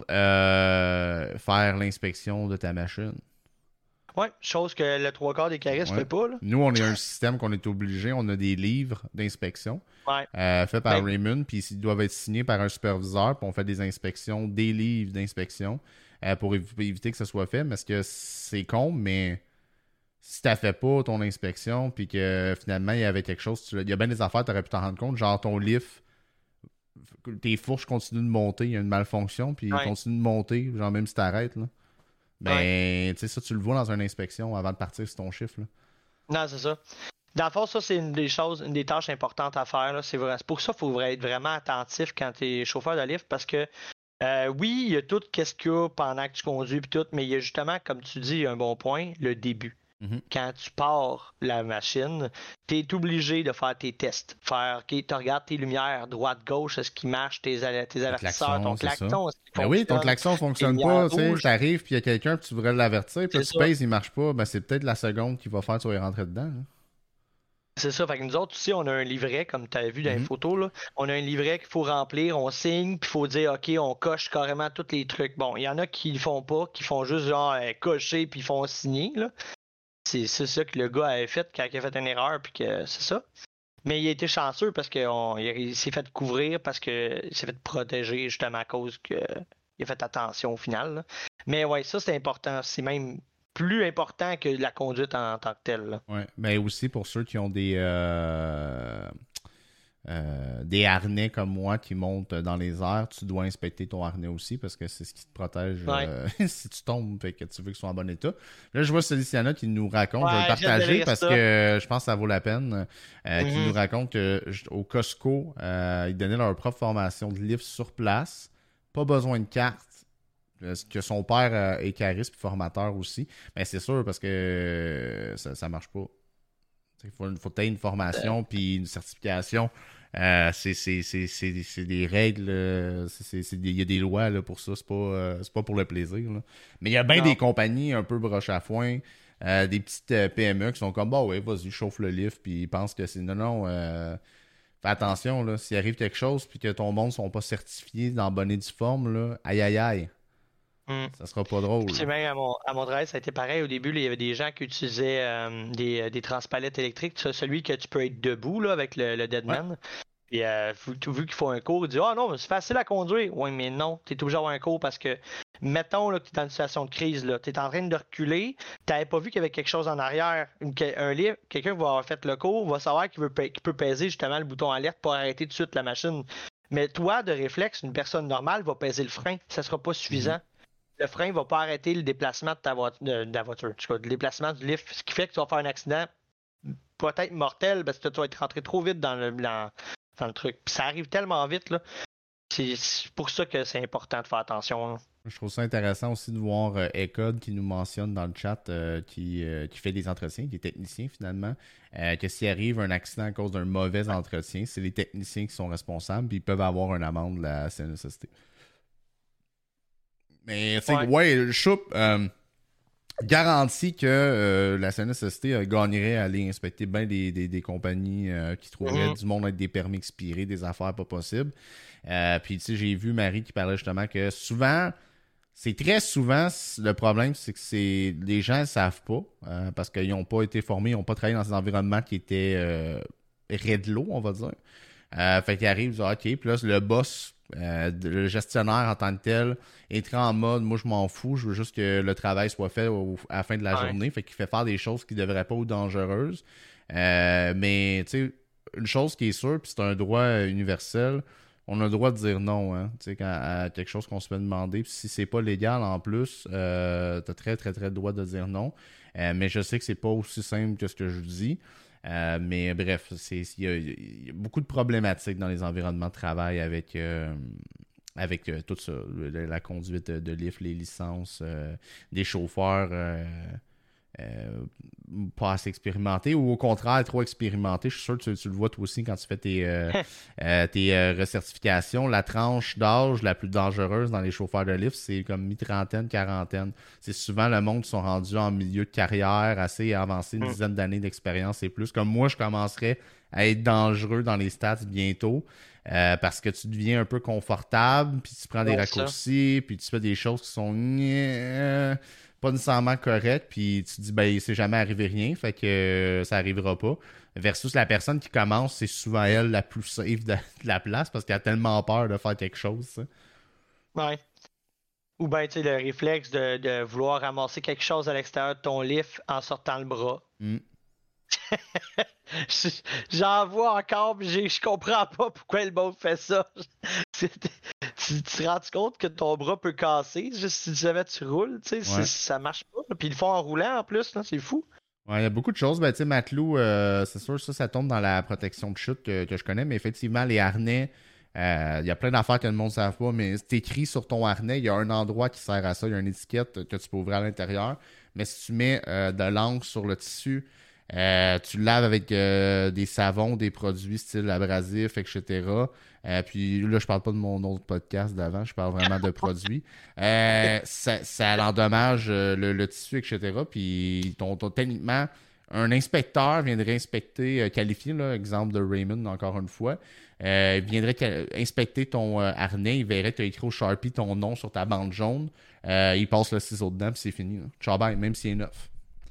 euh, faire l'inspection de ta machine. Ouais, chose que le trois quarts des caristes Ouais. fait pas, là. Nous, on a un système qu'on est obligé. On a des livres d'inspection Ouais. euh, faits par Ben, Raymond, puis ils doivent être signés par un superviseur, puis on fait des inspections, des livres d'inspection euh, pour év- éviter que ça soit fait. Parce que c'est con, mais si t'as fait pas ton inspection, puis que finalement il y avait quelque chose, tu- il y a bien des affaires, t'aurais pu t'en rendre compte, genre ton lift, tes fourches continuent de monter, il y a une malfonction, puis ils ouais. continuent de monter, genre même si t'arrêtes, là. Ben, tu sais, ça, tu le vois dans une inspection avant de partir sur ton chiffre, là. Non, c'est ça. Dans le fond, ça, c'est une des choses, une des tâches importantes à faire, là. C'est vrai. C'est pour ça qu'il faut être vraiment attentif quand tu es chauffeur de lift parce que euh, oui, il y a tout qu'est-ce qu'il y a pendant que tu conduis puis tout, mais il y a justement, comme tu dis, un bon point, le début. Mhm. Quand tu pars la machine, tu es obligé de faire tes tests. Faire, OK, tu regardes tes lumières, droite, gauche, est-ce qu'ils marchent, tes, al- tes Le avertisseurs, ton klaxon, c'est ça. klaxon, est-ce qu'il Ben oui, ton fonctionne, klaxon fonctionne les pas, lumières tu sais, rouges. t'arrives puis il y a quelqu'un puis tu voudrais l'avertir, puis là C'est tu ça. pèses, il marche pas, ben c'est peut-être la seconde qui va faire que tu vas y rentrer dedans, là. C'est ça, fait que nous autres aussi, on a un livret, comme tu as vu dans les Mhm. photos, là. On a un livret qu'il faut remplir, on signe, puis il faut dire, OK, on coche carrément tous les trucs. Bon, il y en a qui le font pas, qui font juste genre euh, cocher, puis ils font signer, là. C'est c'est ça que le gars avait fait quand il a fait une erreur, puis que c'est ça. Mais il a été chanceux parce qu'il il s'est fait couvrir, parce qu'il s'est fait protéger justement à cause que il a fait attention au final, là. Mais ouais, ça c'est important. C'est même plus important que la conduite en tant que telle, là. Ouais, mais aussi pour ceux qui ont des euh, euh, des harnais comme moi qui montent dans les airs, tu dois inspecter ton harnais aussi parce que c'est ce qui te protège Ouais. euh, si tu tombes, fait que tu veux qu'ils soient en bon état. Là, je vois Celiciana qui nous raconte, je vais Ouais, le je viens de partager lire parce ça. que je pense que ça vaut la peine, euh, qui Mhm. nous raconte que j- au Costco, euh, ils donnaient leur propre formation de lift sur place, pas besoin de carte. Parce que son père euh, est cariste puis formateur aussi. Mais c'est sûr parce que euh, ça, ça marche pas. Il faut, faut que tu aies une formation puis une certification. Euh, c'est, c'est, c'est, c'est, c'est des règles. euh, c'est, c'est, c'est des- il y a des lois là, pour ça. C'est pas, euh, c'est pas pour le plaisir, là. Mais il y a bien Non. des compagnies un peu broche à foin. euh, des petites euh, P M E qui sont comme bah ouais, vas-y, chauffe le lift. Puis ils pensent que c'est non, non. euh, fais attention, là. S'il arrive quelque chose puis que ton monde ne sont pas certifiés dans bonne et due forme, là, aïe aïe aïe. Mm. Ça sera pas drôle. Puis c'est même à mon, à mon travail, ça a été pareil. Au début, là, il y avait des gens qui utilisaient euh, des, euh, des transpalettes électriques. Tu sais, celui que tu peux être debout là, avec le, le Deadman. Puis euh, vu, vu qu'il faut un cours, il dit ah non, mais c'est facile à conduire. Oui, mais non, tu es obligé d'avoir un cours parce que, mettons là, que tu es dans une situation de crise, tu es en train de reculer, tu n'avais pas vu qu'il y avait quelque chose en arrière. Une- un livre, quelqu'un qui va avoir fait le cours va savoir qu'il veut, pa- qu'il peut peser justement le bouton alerte pour arrêter tout de suite la machine. Mais toi, de réflexe, une personne normale va peser le frein. Ça sera pas suffisant. Le frein va pas arrêter le déplacement de ta voiture, de, de la voiture, en tout cas, le déplacement du lift, ce qui fait que tu vas faire un accident peut-être mortel parce que tu vas être rentré trop vite dans le, dans, dans le truc. Puis ça arrive tellement vite, là. C'est c'est pour ça que c'est important de faire attention, hein. Je trouve ça intéressant aussi de voir euh, Ecode qui nous mentionne dans le chat, euh, qui, euh, qui fait des entretiens, qui est technicien finalement, euh, que s'il arrive un accident à cause d'un mauvais entretien, c'est les techniciens qui sont responsables, puis ils peuvent avoir une amende de la C N E S S T. Mais, tu sais, Ouais. ouais, le Choup euh, garantit que euh, la C N E S S T euh, gagnerait à aller inspecter bien des, des, des compagnies euh, qui trouveraient Mhm. du monde avec des permis expirés, des affaires pas possibles. Euh, puis, tu sais, j'ai vu Marie qui parlait justement que souvent, c'est très souvent, c- le problème, c'est que c'est les gens ne savent pas euh, parce qu'ils n'ont pas été formés, ils n'ont pas travaillé dans des environnements qui étaient euh, raides de l'eau, on va dire. Euh, fait qu'il arrive, il dit, OK, puis là, le boss, euh, le gestionnaire en tant que tel, est en mode, moi, je m'en fous, je veux juste que le travail soit fait au- à la fin de la Ouais. journée. Fait qu'il fait faire des choses qui ne devraient pas ou dangereuses. Euh, mais, tu sais, une chose qui est sûre, puis c'est un droit universel, on a le droit de dire non, hein, tu sais, quand- à quelque chose qu'on se fait demander. Puis si c'est pas légal en plus, euh, t'as très, très, très le droit de dire non. Euh, mais je sais que c'est pas aussi simple que ce que je dis. Euh, mais bref, c'est, il y, a, il y a beaucoup de problématiques dans les environnements de travail avec, euh, avec euh, tout ça, le- la conduite de L I F, les licences, euh, des chauffeurs euh, euh, pas assez expérimentés ou au contraire trop expérimentés. Je suis sûr que tu, tu le vois toi aussi quand tu fais tes, euh, euh, tes euh, recertifications. La tranche d'âge la plus dangereuse dans les chauffeurs de lift, c'est comme mi-trentaine, quarantaine. C'est souvent le monde qui sont rendus en milieu de carrière assez avancé, une Mm. dizaine d'années d'expérience et plus. Comme moi, je commencerais à être dangereux dans les stats bientôt. Euh, parce que tu deviens un peu confortable, puis tu prends des Ouais, ça. raccourcis, puis tu fais des choses qui sont pas nécessairement correctes, puis tu te dis, ben, c'est jamais arrivé rien, fait que euh, ça arrivera pas. Versus la personne qui commence, c'est souvent elle la plus safe de, de la place parce qu'elle a tellement peur de faire quelque chose. Ça. Ouais. Ou bien, tu sais, le réflexe de, de vouloir ramasser quelque chose à l'extérieur de ton lift en sortant le bras. Mm. Je- J'en vois encore, puis j'ai- je comprends pas pourquoi le monde fait ça. C'est- Tu tu te rends compte que ton bras peut casser, juste si jamais tu roules, tu sais, c'est- Ouais. ça marche pas. là. Puis ils le font en roulant en plus, là, c'est fou. Ouais, il y a beaucoup de choses. Ben, tu sais, matelot, euh, c'est sûr, ça, ça tombe dans la protection de chute que, que je connais, mais effectivement, les harnais, euh, il y a plein d'affaires que le monde ne savent pas, mais c'est écrit sur ton harnais, il y a un endroit qui sert à ça, il y a une étiquette que tu peux ouvrir à l'intérieur, mais si tu mets euh, de l'encre sur le tissu, euh, tu le laves avec euh, des savons, des produits style abrasif, et cetera. Euh, puis là, je parle pas de mon autre podcast d'avant, je parle vraiment de produits. Euh, ça, ça endommage euh, le, le tissu, et cetera. Puis ton, ton- techniquement, un inspecteur viendrait inspecter, euh, qualifier, là, exemple de Raymond, encore une fois, euh, viendrait ca- inspecter ton euh, harnais, il verrait que tu as écrit au Sharpie ton nom sur ta bande jaune, euh, il passe le ciseau dedans, puis c'est fini. Là. Ciao, bye, même s'il est neuf.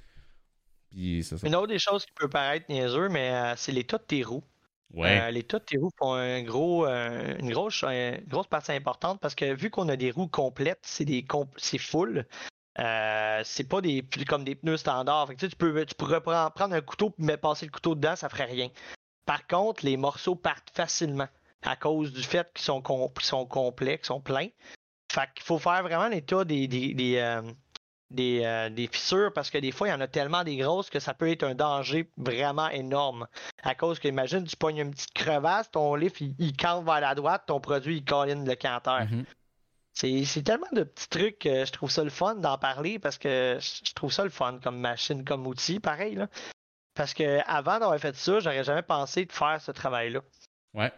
Puis c'est ça. Une autre des choses qui peut paraître niaiseux, mais euh, c'est l'état de tes roues. Ouais. Euh, les tas de tes roues font un gros, euh, une grosse, euh, une grosse partie importante parce que vu qu'on a des roues complètes, c'est des comp- c'est full. Euh, c'est pas des comme des pneus standards. Fait que, tu sais, tu peux, tu pourrais prendre, prendre un couteau et mettre passer le couteau dedans, ça ferait rien. Par contre, les morceaux partent facilement à cause du fait qu'ils sont, com- qu'ils sont complets, qu'ils sont pleins. Fait qu'il faut faire vraiment l'état des, des, des, euh, des, euh, des fissures parce que des fois, il y en a tellement des grosses que ça peut être un danger vraiment énorme. À cause que, imagine, tu pognes une petite crevasse, ton lift, il, il cante vers la droite, ton produit, il colline le canteur. Mhm. C'est, c'est tellement de petits trucs que je trouve ça le fun d'en parler parce que je trouve ça le fun comme machine, comme outil, pareil, là. Parce que avant d'avoir fait ça, j'aurais jamais pensé de faire ce travail-là. Ouais.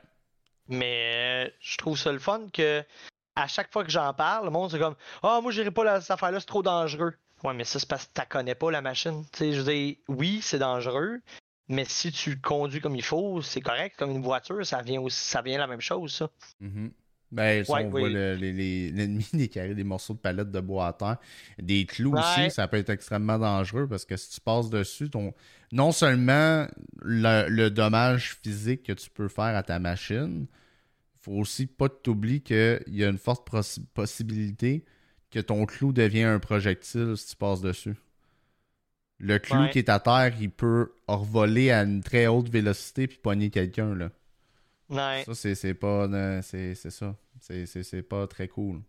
Mais euh, je trouve ça le fun que à chaque fois que j'en parle, le monde c'est comme ah, moi j'irai pas là, cette affaire-là, c'est trop dangereux. Ouais, mais ça c'est parce que tu connais pas la machine. Tu sais, je veux dire, oui, c'est dangereux, mais si tu le conduis comme il faut, c'est correct. Comme une voiture, ça vient aussi, ça vient la même chose, ça. Mhm. Ben, ça, Ouais, on voit oui. le- les- les- l'ennemi des carrés, des morceaux de palette de bois à terre. Des clous aussi, Ouais, ça peut être extrêmement dangereux parce que si tu passes dessus, ton... non seulement le, le dommage physique que tu peux faire à ta machine, faut aussi pas t'oublier qu'il y a une forte possi- possibilité que ton clou devienne un projectile si tu passes dessus. Le clou qui ouais, est à terre, il peut revoler à une très haute vélocité puis pogner quelqu'un, là. ouais. Ça, c'est c'est pas. euh, C'est c'est ça. C'est c'est- c'est pas très cool.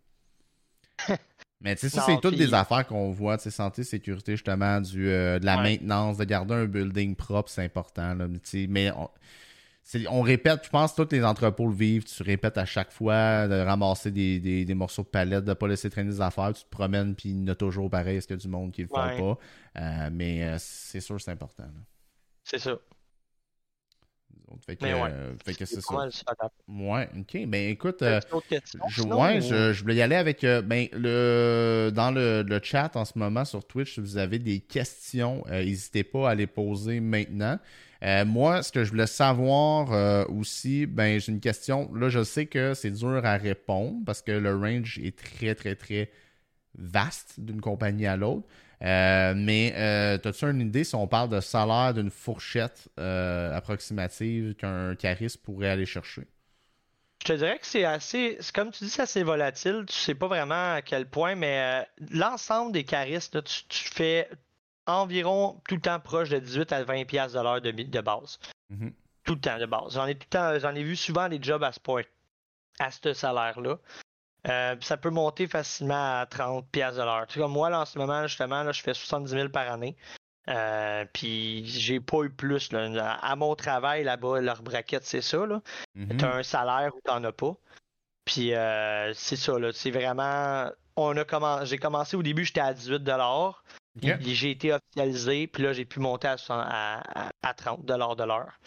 Mais tu sais, ça, c'est Non, toutes des puis affaires qu'on voit, tu sais, santé, sécurité, justement, du, euh, de la ouais, maintenance, de garder un building propre, c'est important. Là, mais tu sais, mais on, c'est- on répète, je pense, tous les entrepôts le vivent, tu répètes à chaque fois de ramasser des, des, des morceaux de palette, de pas laisser traîner des affaires, tu te promènes, puis il y en a toujours pareil, est-ce qu'il y a du monde qui le font ouais, pas. Euh, mais euh, c'est sûr, c'est important. Là. c'est ça. Fait que, Mais ouais, euh, fait que c'est c'est ça. pas mal ça. Ouais, ok. Ben écoute, T'as euh, une autre question, je, sinon, ouais, ou- je, je voulais y aller avec euh, ben, le, dans le, le chat en ce moment sur Twitch, si vous avez des questions, euh, n'hésitez pas à les poser maintenant. Euh, moi, ce que je voulais savoir euh, aussi, ben j'ai une question. Là, je sais que c'est dur à répondre parce que le range est très, très, très vaste d'une compagnie à l'autre. Euh, mais euh, as-tu une idée si on parle de salaire d'une fourchette euh, approximative qu'un cariste pourrait aller chercher? Je te dirais que c'est assez, c'est comme tu dis, c'est assez volatile. Tu sais pas vraiment à quel point, mais euh, l'ensemble des caristes, là, tu, tu fais environ tout le temps proche de dix-huit à vingt piastres de l'heure de, mi- de base. Mhm. Tout le temps de base. J'en ai tout le temps, j'en ai vu souvent des jobs à ce point, à ce salaire-là. Euh, puis ça peut monter facilement à trente piastres de l'heure. Tu sais, comme moi, là, en ce moment, justement, là, je fais soixante-dix mille par année. Euh, puis j'ai pas eu plus. Là. À mon travail, là-bas, leur braquette, c'est ça. Là. T'as Mhm. un salaire ou t'en as pas. Puis euh, c'est ça, là. C'est vraiment. On a commen- J'ai commencé au début, j'étais à dix-huit dollars. OK. Puis j'ai été officialisé, puis là, j'ai pu monter à, soixante à, à- à trente dollars de l'heure.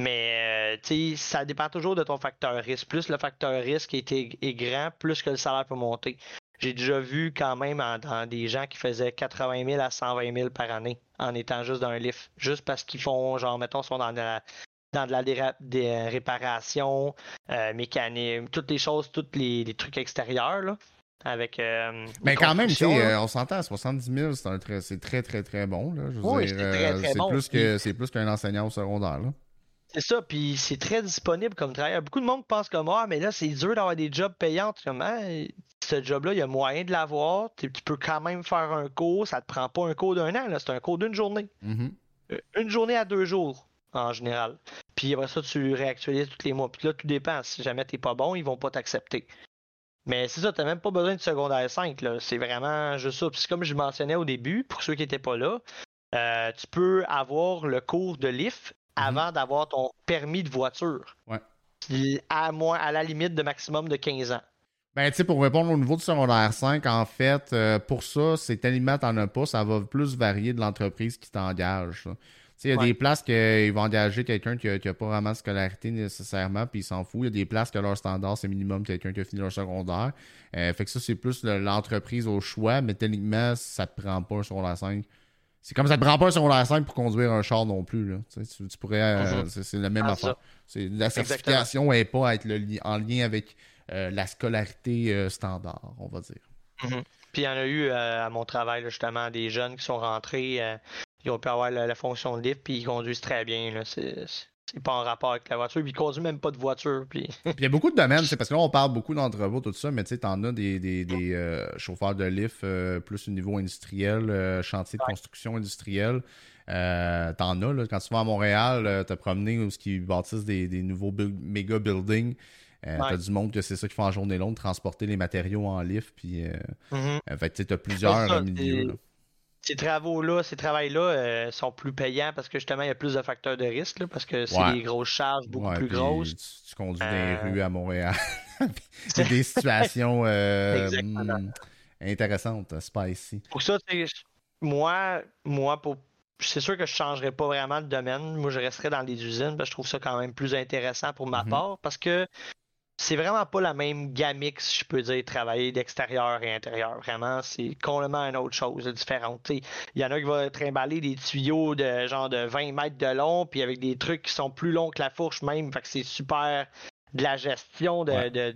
Mais euh, tu sais, ça dépend toujours de ton facteur risque. Plus le facteur risque est, est grand, plus que le salaire peut monter. J'ai déjà vu quand même en- dans des gens qui faisaient quatre-vingt mille à cent vingt mille par année en étant juste dans un lift. Juste parce qu'ils font, genre, mettons, sont dans de la, dans de la déra- des réparation, euh, mécanique, toutes les choses, tous les, les trucs extérieurs, là, avec euh, les Mais quand même, tu sais, constructions, là. euh, on s'entend, à soixante-dix mille, c'est un très, c'est très, très, très bon. Là. Je veux Oui, dire, c'est très, euh, très c'est bon. plus Puis que, c'est plus qu'un enseignant au secondaire. Là. c'est ça, puis c'est très disponible comme travail. Beaucoup de monde pense comme ah, mais là, c'est dur d'avoir des jobs payants. Comme, ah, ce job-là, il y a moyen de l'avoir. Tu tu peux quand même faire un cours. Ça te prend pas un cours d'un an, là, c'est un cours d'une journée. Mhm. Euh, Une journée à deux jours, en général. Puis après ça, tu réactualises tous les mois. Puis là, tout dépend. Si jamais t'es pas bon, ils vont pas t'accepter. Mais c'est ça, t'as même pas besoin de secondaire cinq, là. C'est vraiment juste ça. Puis c'est comme je mentionnais au début, pour ceux qui étaient pas là, euh, tu peux avoir le cours de L I F Mhm. avant d'avoir ton permis de voiture. Ouais. Puis à moins, à la limite de maximum de quinze ans. Ben, tu sais, pour répondre au niveau du secondaire cinq, en fait, euh, pour ça, c'est tellement t'en as pas, ça va plus varier de l'entreprise qui t'engage. là. Tu sais, il y a Ouais. des places qu'ils vont engager quelqu'un qui n'a pas vraiment de scolarité nécessairement, puis il s'en fout. Il y a des places que leur standard, c'est minimum quelqu'un qui a fini leur secondaire. Euh, fait que ça, c'est plus le- l'entreprise au choix, mais techniquement, ça te prend pas un secondaire cinq. C'est comme ça te prend pas un secondaire cinq pour conduire un char non plus. Là. Tu, sais, tu- tu pourrais. euh, Mhm. c'est c'est la même Ah, affaire. ça. C'est, la Exactement. certification n'est pas à être le li- en lien avec euh, la scolarité euh, standard, on va dire. Mhm. Puis il y en a eu euh, à mon travail, là, justement, des jeunes qui sont rentrés, euh, ils ont pu avoir la, la fonction de lift, puis ils conduisent très bien. Là. C'est, c'est pas en rapport avec la voiture, puis ils conduisent même pas de voiture. Puis... Puis il y a beaucoup de domaines, c'est parce que là, on parle beaucoup d'entrepôts, tout ça, mais tu sais, t'en as des, des, des euh, chauffeurs de lift euh, plus au niveau industriel, euh, chantier de Ouais. construction industrielle. Euh, t'en as, là, quand tu vas à Montréal, euh, te promener où ils bâtissent des, des nouveaux build- méga buildings. Euh, Ouais. T'as du monde que c'est ça qu'ils font en journée longue, transporter les matériaux en lift. Puis, euh, Mhm. euh, fait que tu sais, t'as C'est plusieurs ça, euh, milieux. c'est- Là. Ces travaux-là, ces travails-là euh, sont plus payants parce que justement, il y a plus de facteurs de risque, là, parce que c'est Ouais. des grosses charges beaucoup Ouais, plus grosses. puis tu, tu conduis dans les Euh, rues à Montréal. C'est des situations euh, Exactement. hmm, intéressantes, spicy. Pour ça, tu sais, moi, moi, pour. C'est sûr que je changerais pas vraiment de domaine. Moi, je resterais dans les usines, parce que je trouve ça quand même plus intéressant pour ma Mhm. part, parce que c'est vraiment pas la même gamique, si je peux dire, travailler d'extérieur et intérieur. Vraiment, c'est complètement une autre chose, différente. Tu sais, il y en a qui vont trimballer des tuyaux de genre de vingt mètres de long, puis avec des trucs qui sont plus longs que la fourche même. Fait que c'est super de la gestion Ouais. de, de-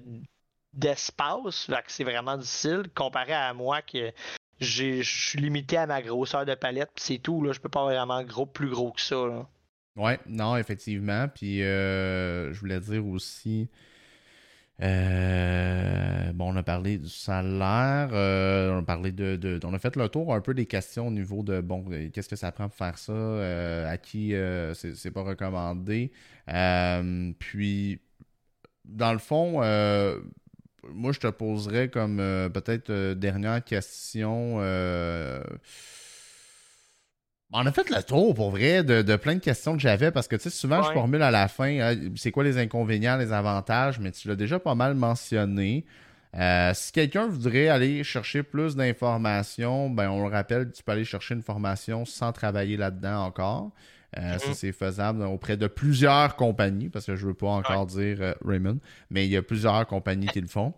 d'espace. Fait que c'est vraiment difficile comparé à moi que j'ai, je suis limité à ma grosseur de palette, puis c'est tout. Là, je peux pas vraiment gros, plus gros que ça. Là. Ouais, non, effectivement. Puis euh, je voulais dire aussi. euh, bon, on a parlé du salaire, euh, on a parlé de, de- On a fait le tour un peu des questions au niveau de bon, euh, qu'est-ce que ça prend pour faire ça, euh, à qui euh, c'est c'est pas recommandé. Euh, puis, dans le fond, euh, moi, je te poserais comme euh, peut-être euh, dernière question. euh, On a fait le tour, pour vrai, de, de plein de questions que j'avais, parce que, tu sais, souvent, je Ouais. formule à la fin, hein, c'est quoi les inconvénients, les avantages, mais tu l'as déjà pas mal mentionné. Euh, si quelqu'un voudrait aller chercher plus d'informations, ben, on le rappelle, tu peux aller chercher une formation sans travailler là-dedans encore. Euh, Mhm. Ça, c'est faisable auprès de plusieurs compagnies, parce que je veux pas encore dire euh, Raymond, mais il y a plusieurs compagnies qui le font.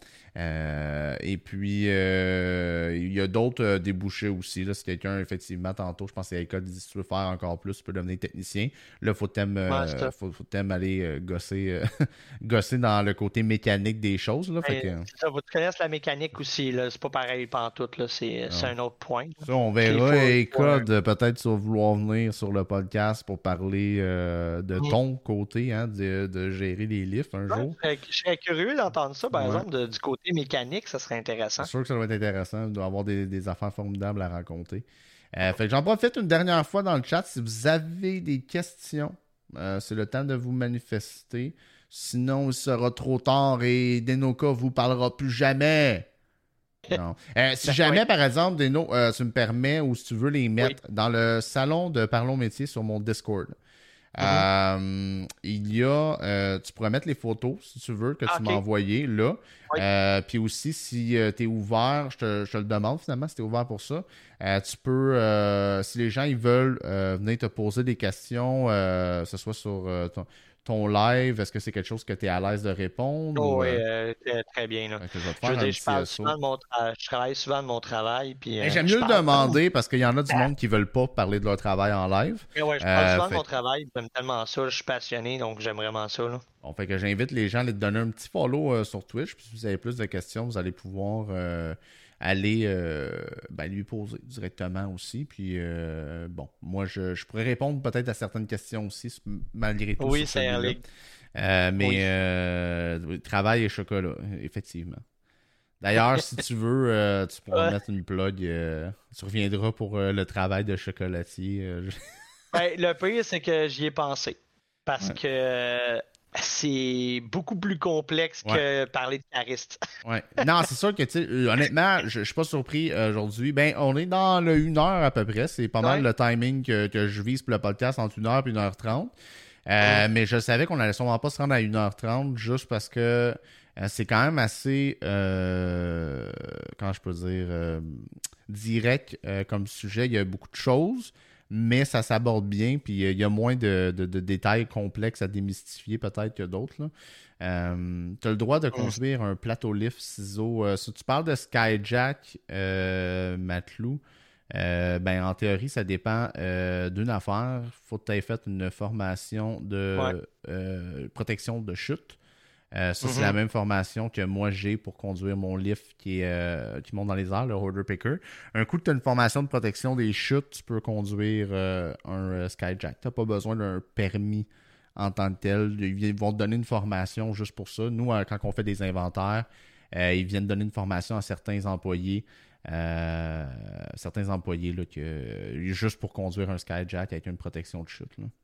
Euh, et puis, euh, il y a d'autres euh, débouchés aussi. Là, si quelqu'un, effectivement, tantôt, je pense que c'est l'école dit si tu veux faire encore plus, tu peux devenir technicien. Là, faut t'aimer Ouais, c'est euh, ça. faut, faut t'aimer aller euh, gosser, euh, gosser dans le côté mécanique des choses. Là, fait Ben, que, c'est ça, faut que tu connaisses la mécanique aussi, là. C'est pas pareil pantoute, là. C'est c'est non. un autre point. Là. Ça, on Puis il verra. faut, il Et faut un- Code, peut-être sur vouloir venir sur le podcast pour parler euh, de Mhm. ton côté, hein, de, de gérer les lifts un Ouais, jour. je serais je serais curieux d'entendre ça, par Ouais. exemple, de- du côté mécanique, ça serait C'est intéressant. sûr que ça va être intéressant. Il doit y avoir des, des affaires formidables à raconter. Euh, fait que j'en profite une dernière fois dans le chat. Si vous avez des questions, euh, c'est le temps de vous manifester. Sinon, il sera trop tard et Denoka vous parlera plus jamais. Non. Euh, si Ben, jamais, ouais. par exemple, Deno, euh, tu me permets ou si tu veux les Oui. mettre dans le salon de Parlons Métier sur mon Discord. Mhm. Euh, il y a, euh, tu pourrais mettre les photos, si tu veux, que Ah, tu ok. m'as envoyées là. Oui. Euh, puis aussi, si tu es ouvert, je te, je te le demande finalement, si tu es ouvert pour ça, euh, tu peux, euh, si les gens ils veulent euh, venir te poser des questions, euh, que ce soit sur euh, ton, ton live, est-ce que c'est quelque chose que tu es à l'aise de répondre Oh, ou oui, euh, euh, très, très bien, là. fait que je vais te Je veux faire un dire, je petit parle S O. souvent de mon tra- je travaille souvent de mon travail, puis Mais euh, j'aime je mieux le parle. demander parce qu'il y en a du monde qui veulent pas parler de leur travail en live. Mais ouais, je parle Euh, souvent de fait mon travail, j'aime tellement ça, je suis passionné, donc j'aime vraiment ça, là. Bon, fait que j'invite les gens à aller te donner un petit follow euh, sur Twitch. Puis si vous avez plus de questions, vous allez pouvoir euh, aller euh, ben, lui poser directement aussi. Puis euh, bon, moi, je, je pourrais répondre peut-être à certaines questions aussi, malgré tout, Oui, sur c'est Air celui-là. League. Euh, mais Oui. euh, travail et chocolat, effectivement. D'ailleurs, si tu veux, euh, tu pourras Ouais. mettre une plug. euh, tu reviendras pour euh, le travail de chocolatier. euh, je- Ben, le pire, c'est que j'y ai pensé. Parce Ouais. que euh, c'est beaucoup plus complexe Ouais. que parler de cariste. Ouais. Non, c'est sûr que, tu sais, euh, honnêtement, je je suis pas surpris euh, aujourd'hui. Ben, on est dans le une heure à peu près. C'est pas mal Ouais. le timing que, que je vise pour le podcast entre une heure et une heure trente. Euh, Mais je savais qu'on allait sûrement pas se rendre à une heure trente juste parce que euh, c'est quand même assez, euh, comment je peux dire, euh, direct euh, comme sujet. Il y a beaucoup de choses, mais ça s'aborde bien. Puis euh, il y a moins de, de- de détails complexes à démystifier peut-être que d'autres, là. Euh, tu as le droit de construire un plateau lift ciseaux. Euh, si tu parles de Skyjack, euh, Matelou, euh, ben, en théorie, ça dépend euh, d'une affaire. Il faut que tu aies fait une formation de Ouais. euh, protection de chute. Euh, ça, c'est Mhm. la même formation que moi j'ai pour conduire mon lift qui, est, euh, qui monte dans les airs, le Order Picker. Un coup que tu as une formation de protection des chutes, tu peux conduire euh, un euh, Skyjack. Tu n'as pas besoin d'un permis en tant que tel. Ils vont te donner une formation juste pour ça. Nous, euh, quand on fait des inventaires, euh, ils viennent donner une formation à certains employés. Euh, certains employés là, que, juste pour conduire un Skyjack avec une protection de chute. Là.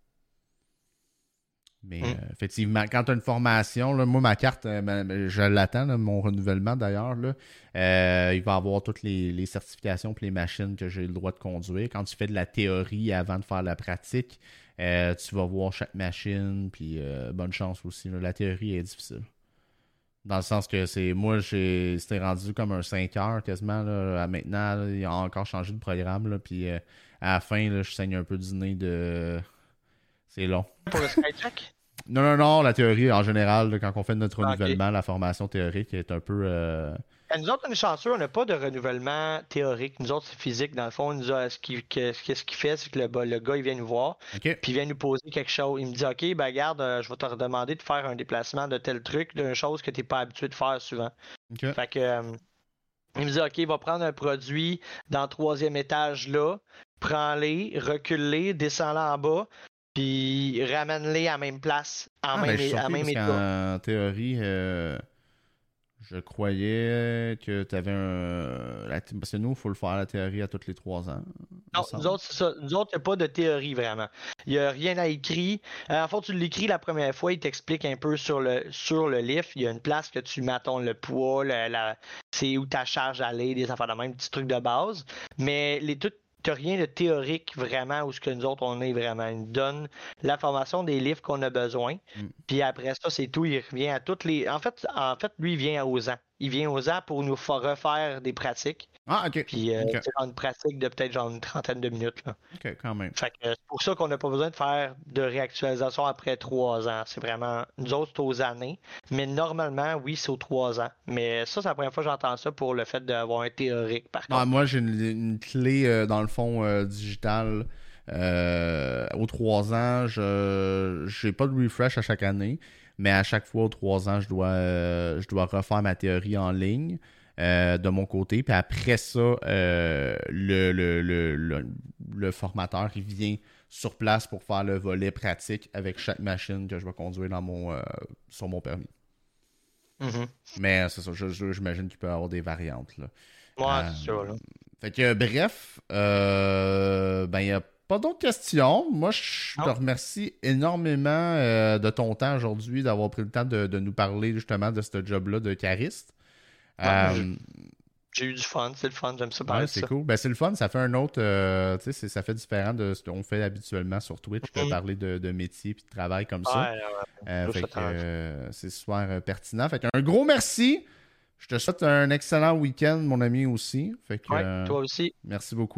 Mais Mm. euh, effectivement, quand tu as une formation, là, moi, ma carte, euh, ma- je l'attends, là, mon renouvellement d'ailleurs. Là, euh, il va avoir toutes les, les certifications et les machines que j'ai le droit de conduire. Quand tu fais de la théorie avant de faire la pratique, euh, tu vas voir chaque machine, puis euh, bonne chance aussi. Là. La théorie est difficile. Dans le sens que c'est moi, j'ai c'était rendu comme un cinq heures quasiment. Là, à maintenant, là, il a encore changé de programme. Là, puis euh, à la fin, là, je saigne un peu du nez de. C'est long. Pour le Skyjack? Non, non, non, la théorie en général, là, quand on fait notre Ah, ok. renouvellement, la formation théorique est un peu. euh, Ben, nous autres, on est chanceux, on n'a pas de renouvellement théorique. Nous autres, c'est physique. Dans le fond, nous a- ce qu'il que- ce qu'il fait, c'est que le, le gars, il vient nous voir, OK. puis il vient nous poser quelque chose. Il me dit, OK, ben regarde, euh, je vais te redemander de faire un déplacement de tel truc, d'une chose que tu n'es pas habitué de faire souvent. OK. Fait que, euh, il me dit, OK, il va prendre un produit dans le troisième étage là, prends-les, recule-les, descends-les en bas, puis ramène-les à la même place, en Ah, même, ben, je suis à surpris même parce état. qu'en théorie, euh, je croyais que tu avais un. la thé- Parce que nous, il faut le faire la théorie à tous les trois ans. il me Non, semble. nous autres, c'est ça. Nous autres, il n'y a pas de théorie vraiment. Il n'y a rien à écrire. Euh, en fait, tu l'écris la première fois, il t'explique un peu sur le, sur le lift. Il y a une place que tu mets ton, le poids, le- la, c'est où ta charge allait, des affaires de même, petits trucs de base. Mais les tout, t'as rien de théorique vraiment où ce que nous autres on est vraiment. Il nous donne la formation des livres qu'on a besoin. Mm. Puis après ça, c'est tout. Il revient à toutes les. En fait, en fait, lui, il vient aux ans. il vient aux apps pour nous faire refaire des pratiques. Ah, ok. Puis euh, Ok. c'est genre une pratique de peut-être genre une trentaine de minutes. Là. Ok, quand même. Fait que, euh, c'est pour ça qu'on n'a pas besoin de faire de réactualisation après trois ans. C'est vraiment, nous autres, c'est aux années. Mais normalement, oui, c'est aux trois ans. Mais ça, c'est la première fois que j'entends ça pour le fait d'avoir un théorique, par contre. Ah, moi, j'ai une, une clé, euh, dans le fond, euh, digitale. Euh, aux trois ans, je j'ai pas de refresh à chaque année, mais à chaque fois, aux trois ans, je dois, euh, je dois refaire ma théorie en ligne euh, de mon côté. Puis après ça, euh, le, le, le, le, le formateur, il vient sur place pour faire le volet pratique avec chaque machine que je vais conduire dans mon, euh, sur mon permis. Mhm. Mais c'est ça, je- je- j'imagine qu'il peut y avoir des variantes, là. Ouais, Euh, c'est ça, là. Fait que, bref, euh, ben, il n'y a pas d'autres questions. Moi, je te Non. remercie énormément euh, de ton temps aujourd'hui, d'avoir pris le temps de, de nous parler justement de ce job-là de cariste. Ouais, Euh, J'ai eu du fun, c'est le fun, j'aime ça ouais, parler de c'est ça. cool. Ben, c'est le fun. Ça fait un autre, euh, tu sais, c'est- ça fait différent de ce qu'on fait habituellement sur Twitch, de Mhm. parler de, de métier et de travail comme Ouais, ça. ouais, ouais. Euh, Je fait trouve que ça tant- euh, c'est super euh, pertinent. Fait qu'un gros merci. Je te souhaite un excellent week-end, mon ami aussi. Fait que Ouais, euh, toi aussi. merci beaucoup.